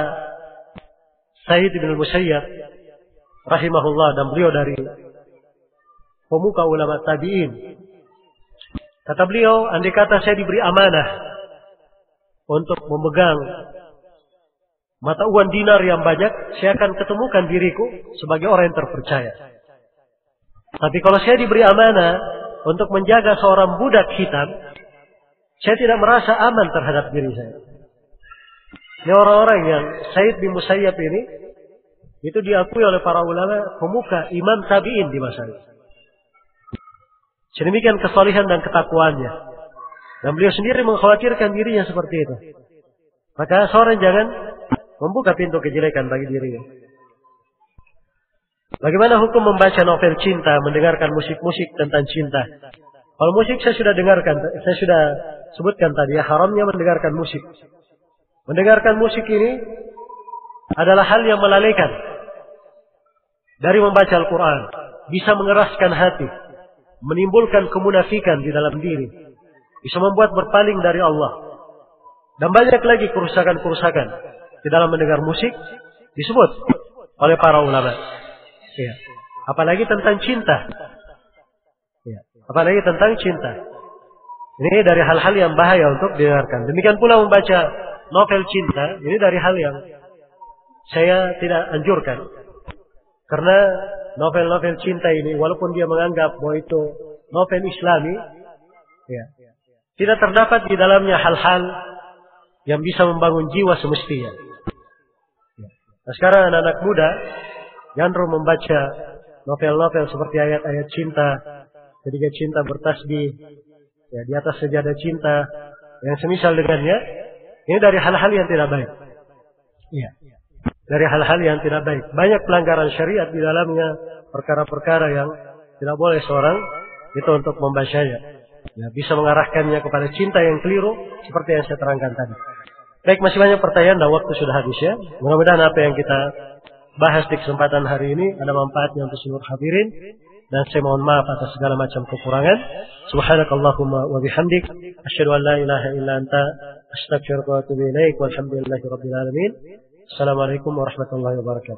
Sa'id bin Musayyab rahimahullah, dan beliau dari pemuka ulama tabi'in. Kata beliau, andai kata saya diberi amanah untuk memegang mata uang dinar yang banyak, saya akan ketemukan diriku sebagai orang yang terpercaya. Tapi kalau saya diberi amanah untuk menjaga seorang budak hitam, saya tidak merasa aman terhadap diri saya. Ini orang-orang yang Said bin Musayyab ini, itu diakui oleh para ulama pemuka imam tabi'in di masa itu. Sedemikian kesalihan dan ketakwaannya. Dan beliau sendiri mengkhawatirkan dirinya seperti itu. Maka seorang jangan membuka pintu kejelekan bagi dirinya. Bagaimana hukum membaca novel cinta, mendengarkan musik-musik tentang cinta? Kalau musik saya sudah dengarkan, saya sudah sebutkan tadi ya, haramnya mendengarkan musik. Mendengarkan musik ini adalah hal yang melalaikan dari membaca Al-Quran. Bisa mengeraskan hati, menimbulkan kemunafikan di dalam diri, bisa membuat berpaling dari Allah. Dan banyak lagi kerusakan-kerusakan di dalam mendengar musik disebut oleh para ulama. Ya. Apalagi tentang cinta. Ya. Apalagi tentang cinta. Ini dari hal-hal yang bahaya untuk didengarkan. Demikian pula membaca novel cinta, ini dari hal yang saya tidak anjurkan. Karena novel-novel cinta ini, walaupun dia menganggap bahwa itu novel Islami, ya, tidak terdapat di dalamnya hal-hal yang bisa membangun jiwa semestinya. Ya. Nah, sekarang anak-anak muda cenderung membaca novel-novel seperti ayat-ayat cinta, ketika cinta bertasbih, ya, di atas sejadah cinta, yang semisal dengannya, ini dari hal-hal yang tidak baik. Ya. Dari hal-hal yang tidak baik. Banyak pelanggaran syariat di dalamnya, perkara-perkara yang tidak boleh seorang itu untuk membacanya. Ya, bisa mengarahkannya kepada cinta yang keliru, seperti yang saya terangkan tadi. Baik, masih banyak pertanyaan dan waktu sudah habis ya. Mudah-mudahan apa yang kita bahas di kesempatan hari ini ada manfaatnya untuk seluruh hadirin. Dan saya mohon maaf atas segala macam kekurangan. Subhanakallahumma wa bihamdik, asyhadu an la ilaha illa anta, astaghfiruka wa atubu ilaik, walhamdulillahi rabbil alamin. Assalamualaikum warahmatullahi wabarakatuh.